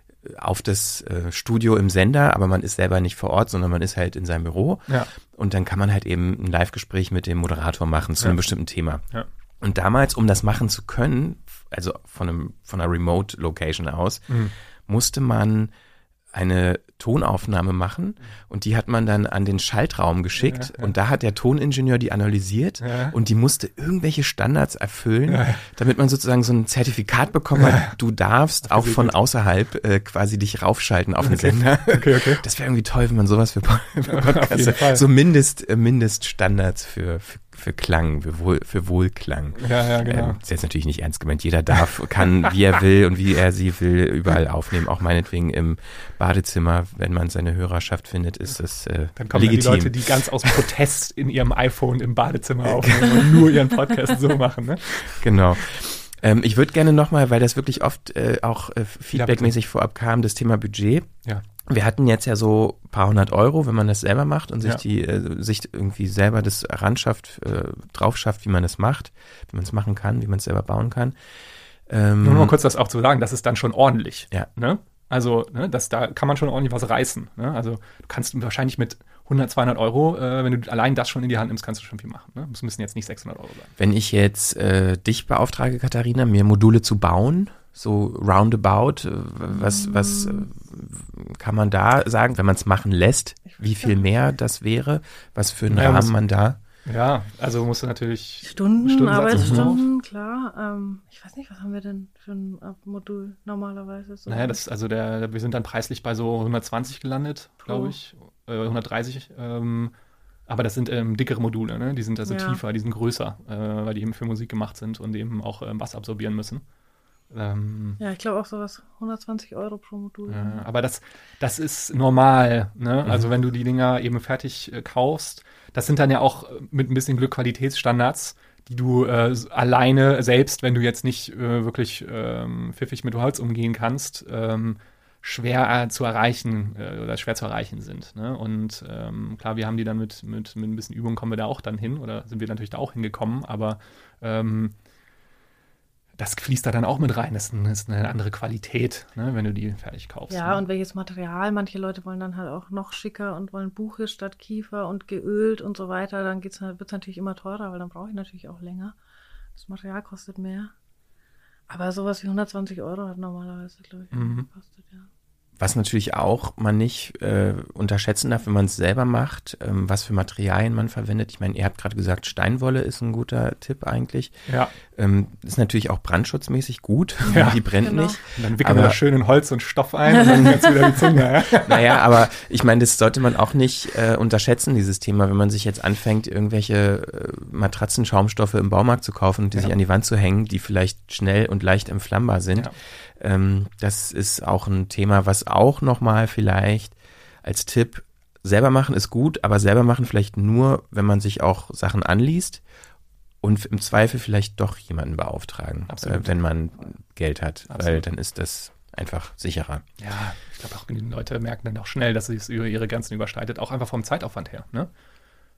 [SPEAKER 1] auf das äh, Studio im Sender, aber man ist selber nicht vor Ort, sondern man ist halt in seinem Büro
[SPEAKER 2] ja.
[SPEAKER 1] und dann kann man halt eben ein Live-Gespräch mit dem Moderator machen zu ja. einem bestimmten Thema.
[SPEAKER 2] Ja.
[SPEAKER 1] Und damals, um das machen zu können, also von einem von einer Remote-Location aus, mhm. musste man eine Tonaufnahme machen und die hat man dann an den Schaltraum geschickt ja, ja. und da hat der Toningenieur die analysiert ja. und die musste irgendwelche Standards erfüllen, ja. damit man sozusagen so ein Zertifikat bekommen hat, ja. du darfst auch von außerhalb äh, quasi dich raufschalten auf den
[SPEAKER 2] okay.
[SPEAKER 1] Sender.
[SPEAKER 2] Okay, okay.
[SPEAKER 1] Das wäre irgendwie toll, wenn man sowas für, für Podcasts, so Mindest, äh, Mindeststandards für, für für Klang, für, Wohl, für Wohlklang.
[SPEAKER 2] Ja, ja, genau.
[SPEAKER 1] Ähm, ist jetzt natürlich nicht ernst gemeint. Jeder darf, kann, wie er will und wie er sie will, überall aufnehmen. Auch meinetwegen im Badezimmer, wenn man seine Hörerschaft findet, ist das äh,
[SPEAKER 2] Dann kommen
[SPEAKER 1] legitim.
[SPEAKER 2] Dann die Leute, die ganz aus Protest in ihrem iPhone im Badezimmer aufnehmen und nur ihren Podcast so machen. Ne?
[SPEAKER 1] Genau. Ähm, ich würde gerne nochmal, weil das wirklich oft äh, auch äh, feedbackmäßig ja, vorab kam, das Thema Budget.
[SPEAKER 2] Ja.
[SPEAKER 1] Wir hatten jetzt ja so ein paar hundert Euro, wenn man das selber macht und sich
[SPEAKER 2] ja.
[SPEAKER 1] die äh, sich irgendwie selber das ranschafft, äh, drauf schafft, wie man es macht, wie man es machen kann, wie man es selber bauen kann. Ähm,
[SPEAKER 2] Nur mal kurz das auch zu sagen, das ist dann schon ordentlich.
[SPEAKER 1] Ja.
[SPEAKER 2] Ne? Also ne, das, da kann man schon ordentlich was reißen. Ne? Also du kannst wahrscheinlich mit hundert, zweihundert Euro, äh, wenn du allein das schon in die Hand nimmst, kannst du schon viel machen. Ne? Das müssen jetzt nicht sechshundert Euro sein.
[SPEAKER 1] Wenn ich jetzt äh, dich beauftrage, Katharina, mir Module zu bauen, so roundabout, was, was kann man da sagen, wenn man es machen lässt, wie viel mehr das wäre, was für einen ja, Rahmen man da?
[SPEAKER 2] Ja, also musst du natürlich
[SPEAKER 3] Stunden, Arbeitsstunden, klar. Ähm, ich weiß nicht, was haben wir denn für ein Modul normalerweise? So
[SPEAKER 2] naja, das, also der, wir sind dann preislich bei so hundertzwanzig gelandet, glaube ich, äh, hundertdreißig. Ähm, aber das sind ähm, dickere Module, ne? Die sind also ja. tiefer, die sind größer, äh, weil die eben für Musik gemacht sind und eben auch ähm, Bass absorbieren müssen. Ähm,
[SPEAKER 3] ja, ich glaube auch sowas, hundertzwanzig Euro pro Modul.
[SPEAKER 2] Ja, aber das, das ist normal, ne? Mhm. Also wenn du die Dinger eben fertig äh, kaufst, das sind dann ja auch mit ein bisschen Glück Qualitätsstandards, die du äh, alleine selbst, wenn du jetzt nicht äh, wirklich ähm, pfiffig mit Holz umgehen kannst, ähm, schwer äh, zu erreichen äh, oder schwer zu erreichen sind. Ne? Und ähm, klar, wir haben die dann mit, mit, mit ein bisschen Übung kommen wir da auch dann hin oder sind wir natürlich da auch hingekommen, aber ähm, das fließt da dann auch mit rein. Das ist, ein, das ist eine andere Qualität, ne, wenn du die fertig kaufst.
[SPEAKER 3] Ja,
[SPEAKER 2] ne?
[SPEAKER 3] Und welches Material. Manche Leute wollen dann halt auch noch schicker und wollen Buche statt Kiefer und geölt und so weiter. Dann wird es natürlich immer teurer, weil dann brauche ich natürlich auch länger. Das Material kostet mehr. Aber sowas wie hundertzwanzig Euro hat normalerweise, glaube ich,
[SPEAKER 2] mhm.
[SPEAKER 3] gekostet, ja.
[SPEAKER 1] Was natürlich auch man nicht äh, unterschätzen darf, wenn man es selber macht, ähm, was für Materialien man verwendet. Ich meine, ihr habt gerade gesagt, Steinwolle ist ein guter Tipp eigentlich.
[SPEAKER 2] Ja.
[SPEAKER 1] Ähm, ist natürlich auch brandschutzmäßig gut,
[SPEAKER 2] ja,
[SPEAKER 1] die brennt
[SPEAKER 3] genau.
[SPEAKER 1] nicht.
[SPEAKER 2] Und dann wickeln wir das schön in Holz und Stoff ein und dann kannst du wieder die Zunge. Ja.
[SPEAKER 1] Naja, aber ich meine, das sollte man auch nicht äh, unterschätzen, dieses Thema, wenn man sich jetzt anfängt, irgendwelche äh, Matratzen, Schaumstoffe im Baumarkt zu kaufen und die ja. sich an die Wand zu hängen, die vielleicht schnell und leicht entflammbar sind.
[SPEAKER 2] Ja.
[SPEAKER 1] Ähm, das ist auch ein Thema, was auch nochmal vielleicht als Tipp, selber machen ist gut, aber selber machen vielleicht nur, wenn man sich auch Sachen anliest und im Zweifel vielleicht doch jemanden beauftragen, äh, wenn man Geld hat, Absolut. Weil dann ist das einfach sicherer.
[SPEAKER 2] Ja, ich glaube auch, die Leute merken dann auch schnell, dass es über ihre Grenzen überschreitet, auch einfach vom Zeitaufwand her, ne?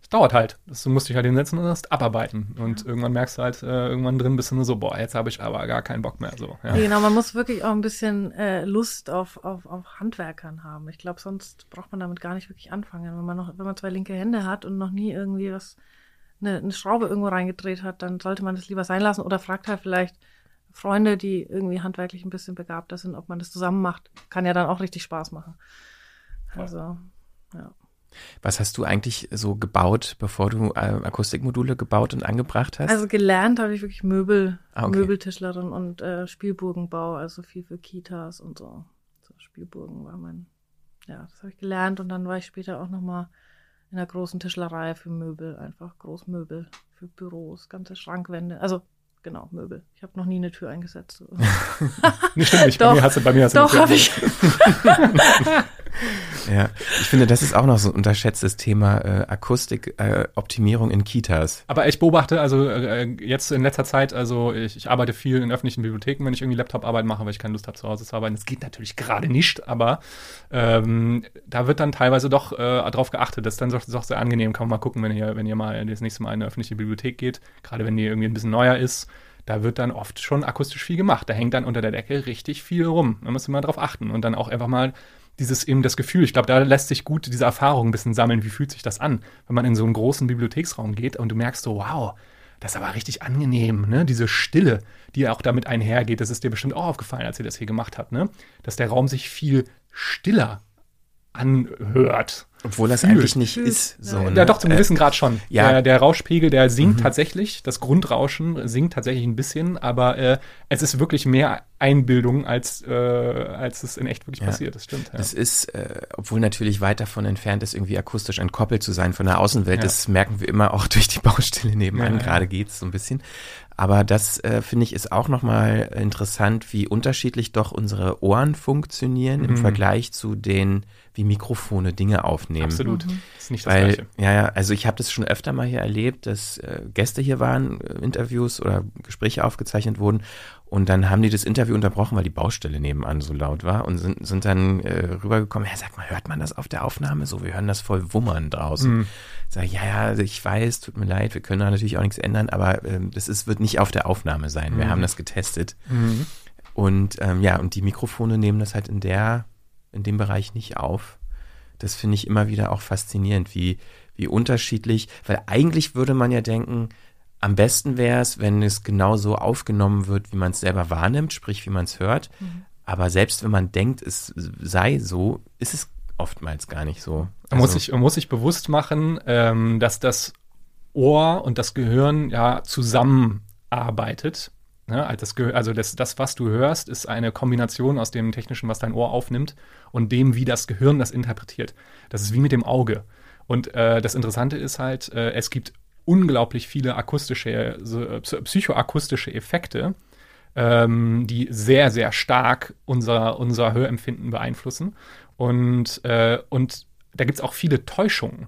[SPEAKER 2] es dauert halt. Das, du musst dich halt hinsetzen und das abarbeiten. Und ja. irgendwann merkst du halt, äh, irgendwann drin bist du nur so, boah, jetzt habe ich aber gar keinen Bock mehr. So, ja.
[SPEAKER 3] Ja, genau, man muss wirklich auch ein bisschen äh, Lust auf, auf, auf Handwerkern haben. Ich glaube, sonst braucht man damit gar nicht wirklich anfangen. Wenn man noch, wenn man zwei linke Hände hat und noch nie irgendwie was, eine, eine Schraube irgendwo reingedreht hat, dann sollte man das lieber sein lassen oder fragt halt vielleicht Freunde, die irgendwie handwerklich ein bisschen begabter sind, ob man das zusammen macht. Kann ja dann auch richtig Spaß machen. Also, ja.
[SPEAKER 1] Was hast du eigentlich so gebaut, bevor du äh, Akustikmodule gebaut und angebracht hast?
[SPEAKER 3] Also gelernt habe ich wirklich Möbel,
[SPEAKER 1] ah, okay.
[SPEAKER 3] Möbeltischlerin und äh, Spielburgenbau, also viel für Kitas und so. So Spielburgen war mein, ja, das habe ich gelernt und dann war ich später auch nochmal in einer großen Tischlerei für Möbel, einfach Großmöbel für Büros, ganze Schrankwände, also genau, Möbel. Ich habe noch nie eine Tür eingesetzt.
[SPEAKER 2] Nicht stimmt nicht,
[SPEAKER 3] doch,
[SPEAKER 2] bei mir hast du, bei mir hast du
[SPEAKER 3] doch, habe ich.
[SPEAKER 1] Ja, ich finde, das ist auch noch so ein unterschätztes Thema, äh, Akustikoptimierung äh, in Kitas.
[SPEAKER 2] Aber ich beobachte, also äh, jetzt in letzter Zeit, also ich, ich arbeite viel in öffentlichen Bibliotheken, wenn ich irgendwie Laptop-Arbeit mache, weil ich keine Lust habe, zu Hause zu arbeiten. Das geht natürlich gerade nicht, aber ähm, da wird dann teilweise doch äh, darauf geachtet. Das ist dann doch, doch sehr angenehm. Kann man mal gucken, wenn ihr, wenn ihr mal das nächste Mal in eine öffentliche Bibliothek geht, gerade wenn die irgendwie ein bisschen neuer ist. Da wird dann oft schon akustisch viel gemacht. Da hängt dann unter der Decke richtig viel rum. Da muss man mal drauf achten und dann auch einfach mal dieses eben das Gefühl, ich glaube, da lässt sich gut diese Erfahrung ein bisschen sammeln, wie fühlt sich das an, wenn man in so einen großen Bibliotheksraum geht und du merkst so, wow, das ist aber richtig angenehm, ne? Diese Stille, die auch damit einhergeht, das ist dir bestimmt auch aufgefallen, als ihr das hier gemacht habt, ne? Dass der Raum sich viel stiller anhört.
[SPEAKER 1] Obwohl das
[SPEAKER 2] Fühlt.
[SPEAKER 1] eigentlich nicht ist. So,
[SPEAKER 2] Ja,
[SPEAKER 1] ne?
[SPEAKER 2] doch, zum gewissen Grad schon.
[SPEAKER 1] Ja.
[SPEAKER 2] Der, der Rauschpegel, der sinkt
[SPEAKER 1] Mhm.
[SPEAKER 2] tatsächlich, das Grundrauschen sinkt tatsächlich ein bisschen, aber äh, es ist wirklich mehr Einbildung, als, äh, als es in echt wirklich
[SPEAKER 1] Ja.
[SPEAKER 2] passiert. Das stimmt. Ja.
[SPEAKER 1] Das ist, äh, obwohl natürlich weit davon entfernt ist, irgendwie akustisch entkoppelt zu sein von der Außenwelt.
[SPEAKER 2] Ja.
[SPEAKER 1] Das merken wir immer auch durch die Baustelle nebenan.
[SPEAKER 2] Ja, ja.
[SPEAKER 1] Gerade geht's so ein bisschen. Aber das, äh, finde ich, ist auch nochmal interessant, wie unterschiedlich doch unsere Ohren funktionieren
[SPEAKER 2] Mhm.
[SPEAKER 1] im Vergleich zu den, wie Mikrofone Dinge aufnehmen.
[SPEAKER 2] Absolut.
[SPEAKER 3] Mhm.
[SPEAKER 2] Das ist nicht das
[SPEAKER 1] Weil,
[SPEAKER 2] Gleiche.
[SPEAKER 1] ja, ja, also ich habe das schon öfter mal hier erlebt, dass äh, Gäste hier waren, äh, Interviews oder Gespräche aufgezeichnet wurden und dann haben die das Interview unterbrochen, weil die Baustelle nebenan so laut war und sind, sind dann äh, rübergekommen, ja, sag mal, hört man das auf der Aufnahme so? Wir hören das voll wummern draußen.
[SPEAKER 2] Mhm.
[SPEAKER 1] Sag ich, ja, ja, also ich weiß, tut mir leid, wir können da natürlich auch nichts ändern, aber ähm, das ist, wird nicht auf der Aufnahme sein. Wir
[SPEAKER 2] Mhm.
[SPEAKER 1] haben das getestet.
[SPEAKER 2] Mhm.
[SPEAKER 1] Und ähm, ja, und die Mikrofone nehmen das halt in der, in dem Bereich nicht auf. Das finde ich immer wieder auch faszinierend, wie, wie unterschiedlich, weil eigentlich würde man ja denken, am besten wäre es, wenn es genau so aufgenommen wird, wie man es selber wahrnimmt, sprich, wie man es hört.
[SPEAKER 3] Mhm.
[SPEAKER 1] Aber selbst wenn man denkt, es sei so, ist es oftmals gar nicht so.
[SPEAKER 2] Man muss
[SPEAKER 1] Also-
[SPEAKER 2] sich, man muss sich bewusst machen, ähm, dass das Ohr und das Gehirn ja zusammenarbeitet. Ne? Also, das, Ge- also das, das, was du hörst, ist eine Kombination aus dem Technischen, was dein Ohr aufnimmt, und dem, wie das Gehirn das interpretiert. Das ist wie mit dem Auge. Und äh, das Interessante ist halt, äh, es gibt unglaublich viele akustische, so, äh, psychoakustische Effekte, ähm, die sehr, sehr stark unser, unser Hörempfinden beeinflussen. Und, äh, und da gibt es auch viele Täuschungen,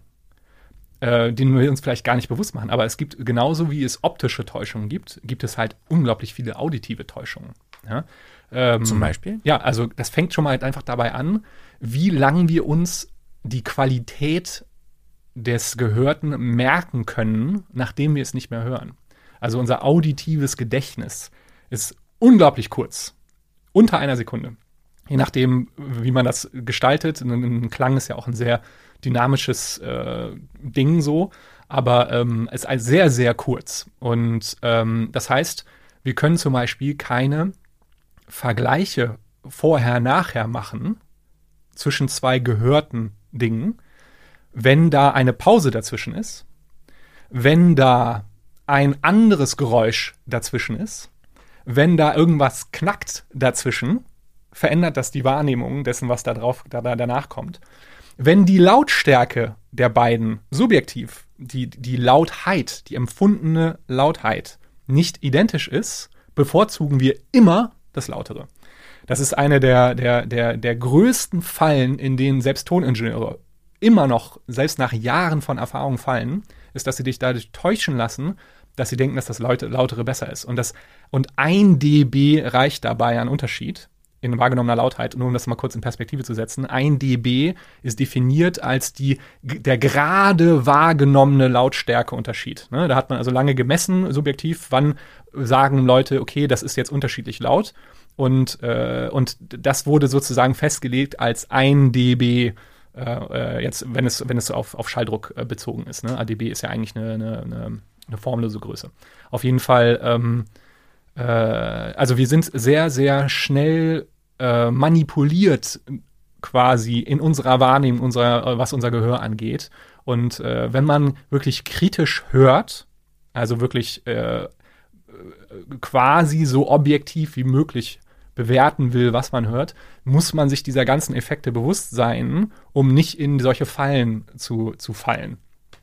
[SPEAKER 2] äh, denen wir uns vielleicht gar nicht bewusst machen. Aber es gibt, genauso wie es optische Täuschungen gibt, gibt es halt unglaublich viele auditive Täuschungen. Ja? Ähm,
[SPEAKER 1] Zum Beispiel?
[SPEAKER 2] Ja, also das fängt schon mal halt einfach dabei an, wie lange wir uns die Qualität des Gehörten merken können, nachdem wir es nicht mehr hören. Also unser auditives Gedächtnis ist unglaublich kurz. Unter einer Sekunde. Je nachdem, wie man das gestaltet. Ein, ein Klang ist ja auch ein sehr dynamisches äh, Ding so, aber ähm, es ist sehr, sehr kurz. Und ähm, das heißt, wir können zum Beispiel keine Vergleiche vorher-nachher machen zwischen zwei gehörten Dingen, wenn da eine Pause dazwischen ist, wenn da ein anderes Geräusch dazwischen ist, wenn da irgendwas knackt dazwischen, verändert das die Wahrnehmung dessen, was da drauf, da, da danach kommt. Wenn die Lautstärke der beiden subjektiv, die, die Lautheit, die empfundene Lautheit nicht identisch ist, bevorzugen wir immer das Lautere. Das ist eine der, der, der, der größten Fallen, in denen selbst Toningenieure immer noch, selbst nach Jahren von Erfahrung fallen, ist, dass sie dich dadurch täuschen lassen, dass sie denken, dass das Laute, Lautere besser ist. Und, das, und ein dB reicht dabei an Unterschied in wahrgenommener Lautheit, nur um das mal kurz in Perspektive zu setzen, ein dB ist definiert als die, der gerade wahrgenommene Lautstärkeunterschied. Ne? Da hat man also lange gemessen, subjektiv, wann sagen Leute, okay, das ist jetzt unterschiedlich laut. Und, äh, und das wurde sozusagen festgelegt als ein dB, äh, jetzt, wenn es, wenn es auf, auf Schalldruck äh, bezogen ist. Ne? A dB ist ja eigentlich eine, eine, eine, eine formlose Größe. Auf jeden Fall, ähm, äh, also wir sind sehr, sehr schnell äh, manipuliert quasi in unserer Wahrnehmung, unserer, was unser Gehör angeht. Und äh, wenn man wirklich kritisch hört, also wirklich äh, quasi so objektiv wie möglich bewerten will, was man hört, muss man sich dieser ganzen Effekte bewusst sein, um nicht in solche Fallen zu, zu fallen.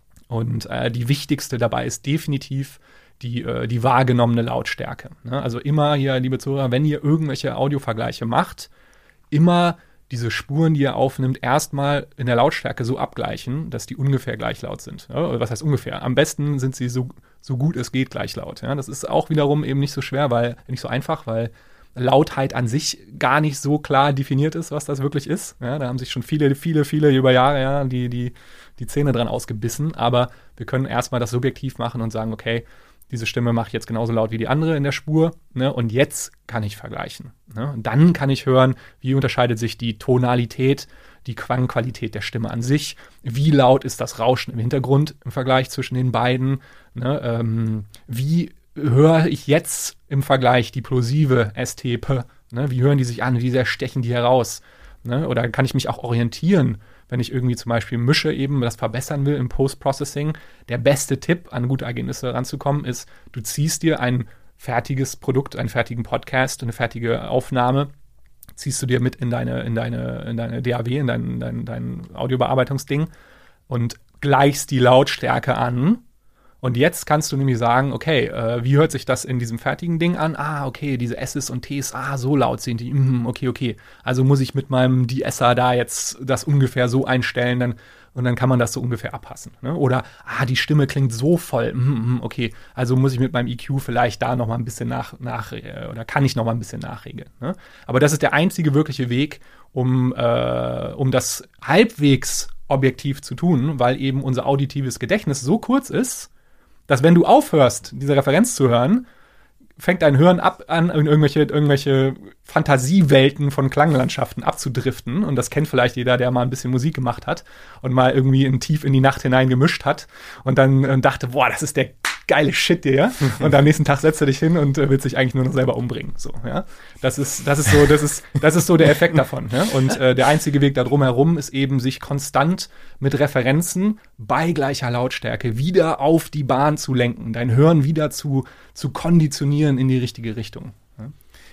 [SPEAKER 2] Und äh, die wichtigste dabei ist definitiv die, äh, die wahrgenommene Lautstärke. Ne? Also immer hier, liebe Zuhörer, wenn ihr irgendwelche Audiovergleiche macht, immer diese Spuren, die ihr aufnimmt, erstmal in der Lautstärke so abgleichen, dass die ungefähr gleich laut sind. Ja, was heißt ungefähr? Am besten sind sie so, so gut es geht gleich laut. Ja? Das ist auch wiederum eben nicht so schwer, weil nicht so einfach, weil Lautheit an sich gar nicht so klar definiert ist, was das wirklich ist. Ja? Da haben sich schon viele, viele, viele über Jahre ja, die, die, die Zähne dran ausgebissen. Aber wir können erstmal das subjektiv machen und sagen, okay, diese Stimme mache ich jetzt genauso laut wie die andere in der Spur, ne? Und jetzt kann ich vergleichen. Ne? Und dann kann ich hören, wie unterscheidet sich die Tonalität, die Klangqualität der Stimme an sich, wie laut ist das Rauschen im Hintergrund im Vergleich zwischen den beiden, ne? ähm, wie höre ich jetzt im Vergleich die plosive S T P, ne? Wie hören die sich an, wie sehr stechen die heraus, ne? Oder kann ich mich auch orientieren, wenn ich irgendwie zum Beispiel mische, eben das verbessern will im Post-Processing. Der beste Tipp, an gute Ergebnisse ranzukommen, ist, du ziehst dir ein fertiges Produkt, einen fertigen Podcast, eine fertige Aufnahme, ziehst du dir mit in deine, in deine, in deine D A W, in dein, dein, dein Audiobearbeitungsding und gleichst die Lautstärke an. Und jetzt kannst du nämlich sagen, okay, äh, wie hört sich das in diesem fertigen Ding an? Ah, okay, diese S's und T's, ah, so laut sind die. Mm, okay, okay. Also muss ich mit meinem De-Esser da jetzt das ungefähr so einstellen, dann, und dann kann man das so ungefähr abpassen. Ne? Oder, ah, die Stimme klingt so voll. Mm, mm, okay, also muss ich mit meinem E Q vielleicht da noch mal ein bisschen nach, nach äh, oder kann ich noch mal ein bisschen nachregeln. Ne? Aber das ist der einzige wirkliche Weg, um, äh, um das halbwegs objektiv zu tun, weil eben unser auditives Gedächtnis so kurz ist, dass wenn du aufhörst, diese Referenz zu hören, fängt dein Hören ab an, in irgendwelche, irgendwelche Fantasiewelten von Klanglandschaften abzudriften. Und das kennt vielleicht jeder, der mal ein bisschen Musik gemacht hat und mal irgendwie in, tief in die Nacht hinein gemischt hat und dann äh, dachte, boah, das ist der geile Shit hier. Und am nächsten Tag setzt er dich hin und äh, willst dich eigentlich nur noch selber umbringen. So, ja. Das ist, das ist so, das ist, das ist so der Effekt davon. Ja? Und äh, der einzige Weg da drumherum ist eben, sich konstant mit Referenzen bei gleicher Lautstärke wieder auf die Bahn zu lenken, dein Hören wieder zu, zu konditionieren in die richtige Richtung. Ja?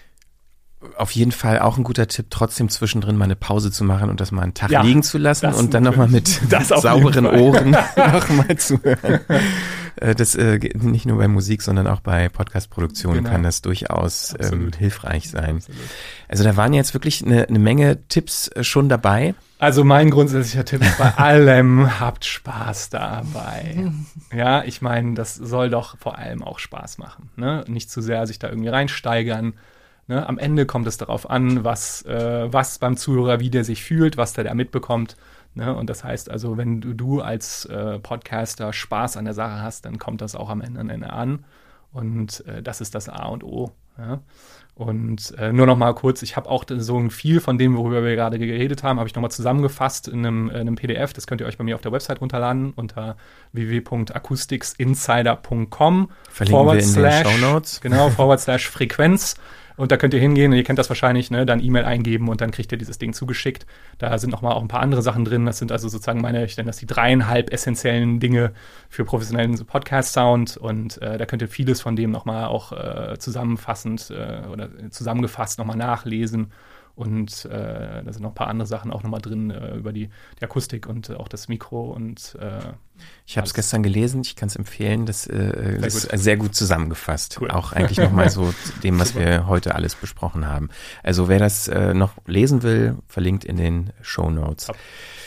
[SPEAKER 1] Auf jeden Fall auch ein guter Tipp, trotzdem zwischendrin mal eine Pause zu machen und das mal einen Tag
[SPEAKER 2] Ja,
[SPEAKER 1] liegen zu lassen
[SPEAKER 2] das
[SPEAKER 1] und dann nochmal mit
[SPEAKER 2] das auf
[SPEAKER 1] sauberen
[SPEAKER 2] jeden Fall.
[SPEAKER 1] Ohren nochmal zu hören. Äh, Das äh, geht nicht nur bei Musik, sondern auch bei Podcast-Produktionen
[SPEAKER 2] Genau.
[SPEAKER 1] kann das durchaus ähm,
[SPEAKER 2] Absolut.
[SPEAKER 1] hilfreich sein.
[SPEAKER 2] Absolut.
[SPEAKER 1] Also da waren jetzt wirklich eine, eine Menge Tipps äh, schon dabei.
[SPEAKER 2] Also mein grundsätzlicher Tipp ist bei allem, habt Spaß dabei. Ja, ich meine, das soll doch vor allem auch Spaß machen. Ne? Nicht zu sehr sich da irgendwie reinsteigern. Ne? Am Ende kommt es darauf an, was, äh, was beim Zuhörer, wie der sich fühlt, was der da mitbekommt. Ne? Und das heißt also, wenn du, du als äh, Podcaster Spaß an der Sache hast, dann kommt das auch am Ende, am Ende an. Und äh, das ist das A und O. Ja? Und äh, nur noch mal kurz, ich habe auch so viel von dem, worüber wir gerade geredet haben, habe ich noch mal zusammengefasst in einem, in einem P D F. Das könnt ihr euch bei mir auf der Website runterladen unter w w w punkt acoustics-insider punkt com.
[SPEAKER 1] Verlinken wir in den Shownotes.
[SPEAKER 2] Genau, forward slash Frequenz. Und da könnt ihr hingehen und ihr kennt das wahrscheinlich, ne, dann E-Mail eingeben und dann kriegt ihr dieses Ding zugeschickt. Da sind noch mal auch ein paar andere Sachen drin. Das sind also sozusagen meine, ich nenne das die dreieinhalb essentiellen Dinge für professionellen Podcast-Sound. Und äh, da könnt ihr vieles von dem noch mal auch äh, zusammenfassend äh, oder zusammengefasst noch mal nachlesen. Und äh, da sind noch ein paar andere Sachen auch noch mal drin äh, über die, die Akustik und äh, auch das Mikro. Und äh,
[SPEAKER 1] Ich habe es gestern gelesen, ich kann es empfehlen, das äh,
[SPEAKER 2] Sehr
[SPEAKER 1] ist
[SPEAKER 2] gut.
[SPEAKER 1] sehr gut zusammengefasst.
[SPEAKER 2] Cool.
[SPEAKER 1] Auch eigentlich nochmal so zu dem, was
[SPEAKER 2] Super.
[SPEAKER 1] wir heute alles besprochen haben. Also wer das äh, noch lesen will, verlinkt in den Shownotes.
[SPEAKER 2] Top.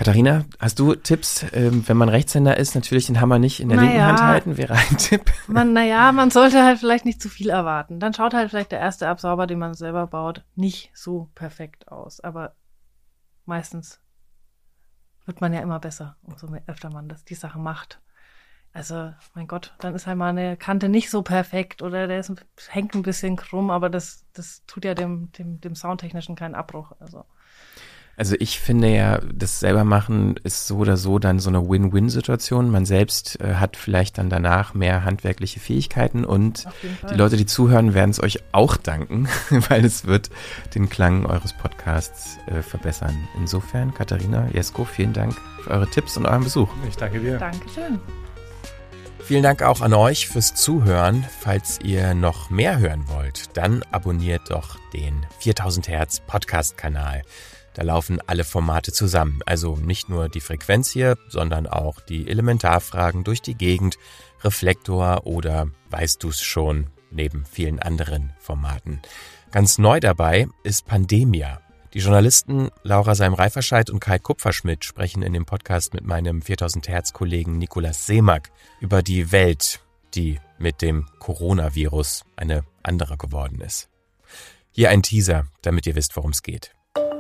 [SPEAKER 1] Katharina, hast du Tipps, ähm, wenn man Rechtshänder ist, natürlich den Hammer nicht in der
[SPEAKER 3] naja,
[SPEAKER 1] linken Hand halten, wäre ein Tipp.
[SPEAKER 3] Man, naja, man sollte halt vielleicht nicht zu viel erwarten. Dann schaut halt vielleicht der erste Absauber, den man selber baut, nicht so perfekt aus. Aber meistens wird man ja immer besser, umso mehr öfter man das, die Sache macht. Also, mein Gott, dann ist halt mal eine Kante nicht so perfekt oder der ist, hängt ein bisschen krumm, aber das, das tut ja dem, dem, dem Soundtechnischen keinen Abbruch. Also.
[SPEAKER 1] Also ich finde ja, das selber machen ist so oder so dann so eine Win-Win-Situation. Man selbst äh, hat vielleicht dann danach mehr handwerkliche Fähigkeiten und die Leute, die zuhören, werden es euch auch danken, weil es wird den Klang eures Podcasts äh, verbessern. Insofern, Katharina, Jesko, vielen Dank für eure Tipps und euren Besuch.
[SPEAKER 2] Ich danke dir.
[SPEAKER 3] Dankeschön.
[SPEAKER 1] Vielen Dank auch an euch fürs Zuhören. Falls ihr noch mehr hören wollt, dann abonniert doch den viertausend Hertz Podcast-Kanal. Da laufen alle Formate zusammen, also nicht nur die Frequenz hier, sondern auch die Elementarfragen durch die Gegend, Reflektor oder Weißt du's schon, neben vielen anderen Formaten. Ganz neu dabei ist Pandemia. Die Journalisten Laura Seim-Reiferscheid und Kai Kupferschmidt sprechen in dem Podcast mit meinem viertausend Hertz Kollegen Nikolaus Seemack über die Welt, die mit dem Coronavirus eine andere geworden ist. Hier ein Teaser, damit ihr wisst, worum es geht.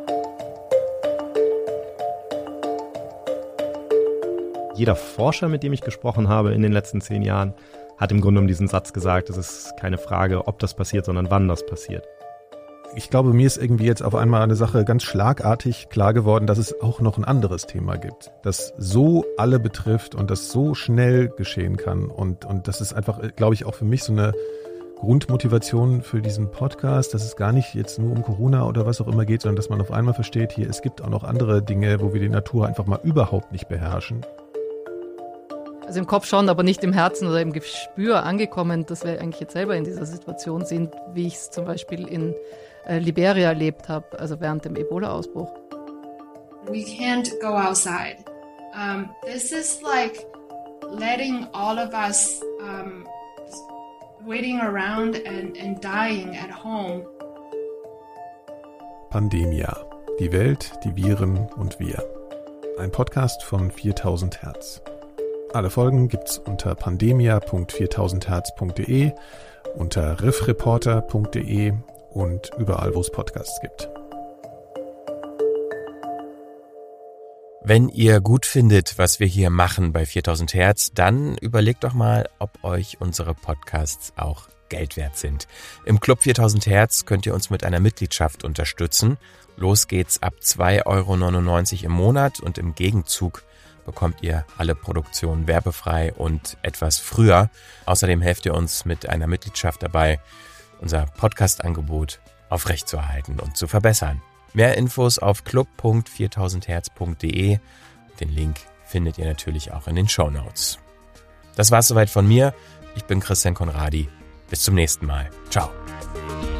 [SPEAKER 8] Jeder Forscher, mit dem ich gesprochen habe in den letzten zehn Jahren, hat im Grunde genommen diesen Satz gesagt, es ist keine Frage, ob das passiert, sondern wann das passiert.
[SPEAKER 9] Ich glaube, mir ist irgendwie jetzt auf einmal eine Sache ganz schlagartig klar geworden, dass es auch noch ein anderes Thema gibt, das so alle betrifft und das so schnell geschehen kann. Und, und das ist einfach, glaube ich, auch für mich so eine Grundmotivation für diesen Podcast, dass es gar nicht jetzt nur um Corona oder was auch immer geht, sondern dass man auf einmal versteht, hier, es gibt auch noch andere Dinge, wo wir die Natur einfach mal überhaupt nicht beherrschen.
[SPEAKER 10] Also im Kopf schon, aber nicht im Herzen oder im Gespür angekommen, dass wir eigentlich jetzt selber in dieser Situation sind, wie ich es zum Beispiel in äh, Liberia erlebt habe, also während dem Ebola-Ausbruch.
[SPEAKER 11] We can't go outside. Um, this is like letting all of us um, waiting around and, and dying at home.
[SPEAKER 9] Pandemia. Die Welt, die Viren und wir. Ein Podcast von viertausend Hertz. Alle Folgen gibt's unter pandemia punkt viertausend hertz punkt de, unter riffreporter punkt de und überall, wo es Podcasts gibt.
[SPEAKER 1] Wenn ihr gut findet, was wir hier machen bei viertausend Hertz, dann überlegt doch mal, ob euch unsere Podcasts auch Geld wert sind. Im Club viertausend Hertz könnt ihr uns mit einer Mitgliedschaft unterstützen. Los geht's ab zwei Euro neunundneunzig im Monat und im Gegenzug bekommt ihr alle Produktionen werbefrei und etwas früher. Außerdem helft ihr uns mit einer Mitgliedschaft dabei, unser Podcast-Angebot aufrechtzuerhalten und zu verbessern. Mehr Infos auf club punkt viertausend hertz punkt de. Den Link findet ihr natürlich auch in den Shownotes. Das war's soweit von mir. Ich bin Christian Conradi. Bis zum nächsten Mal. Ciao.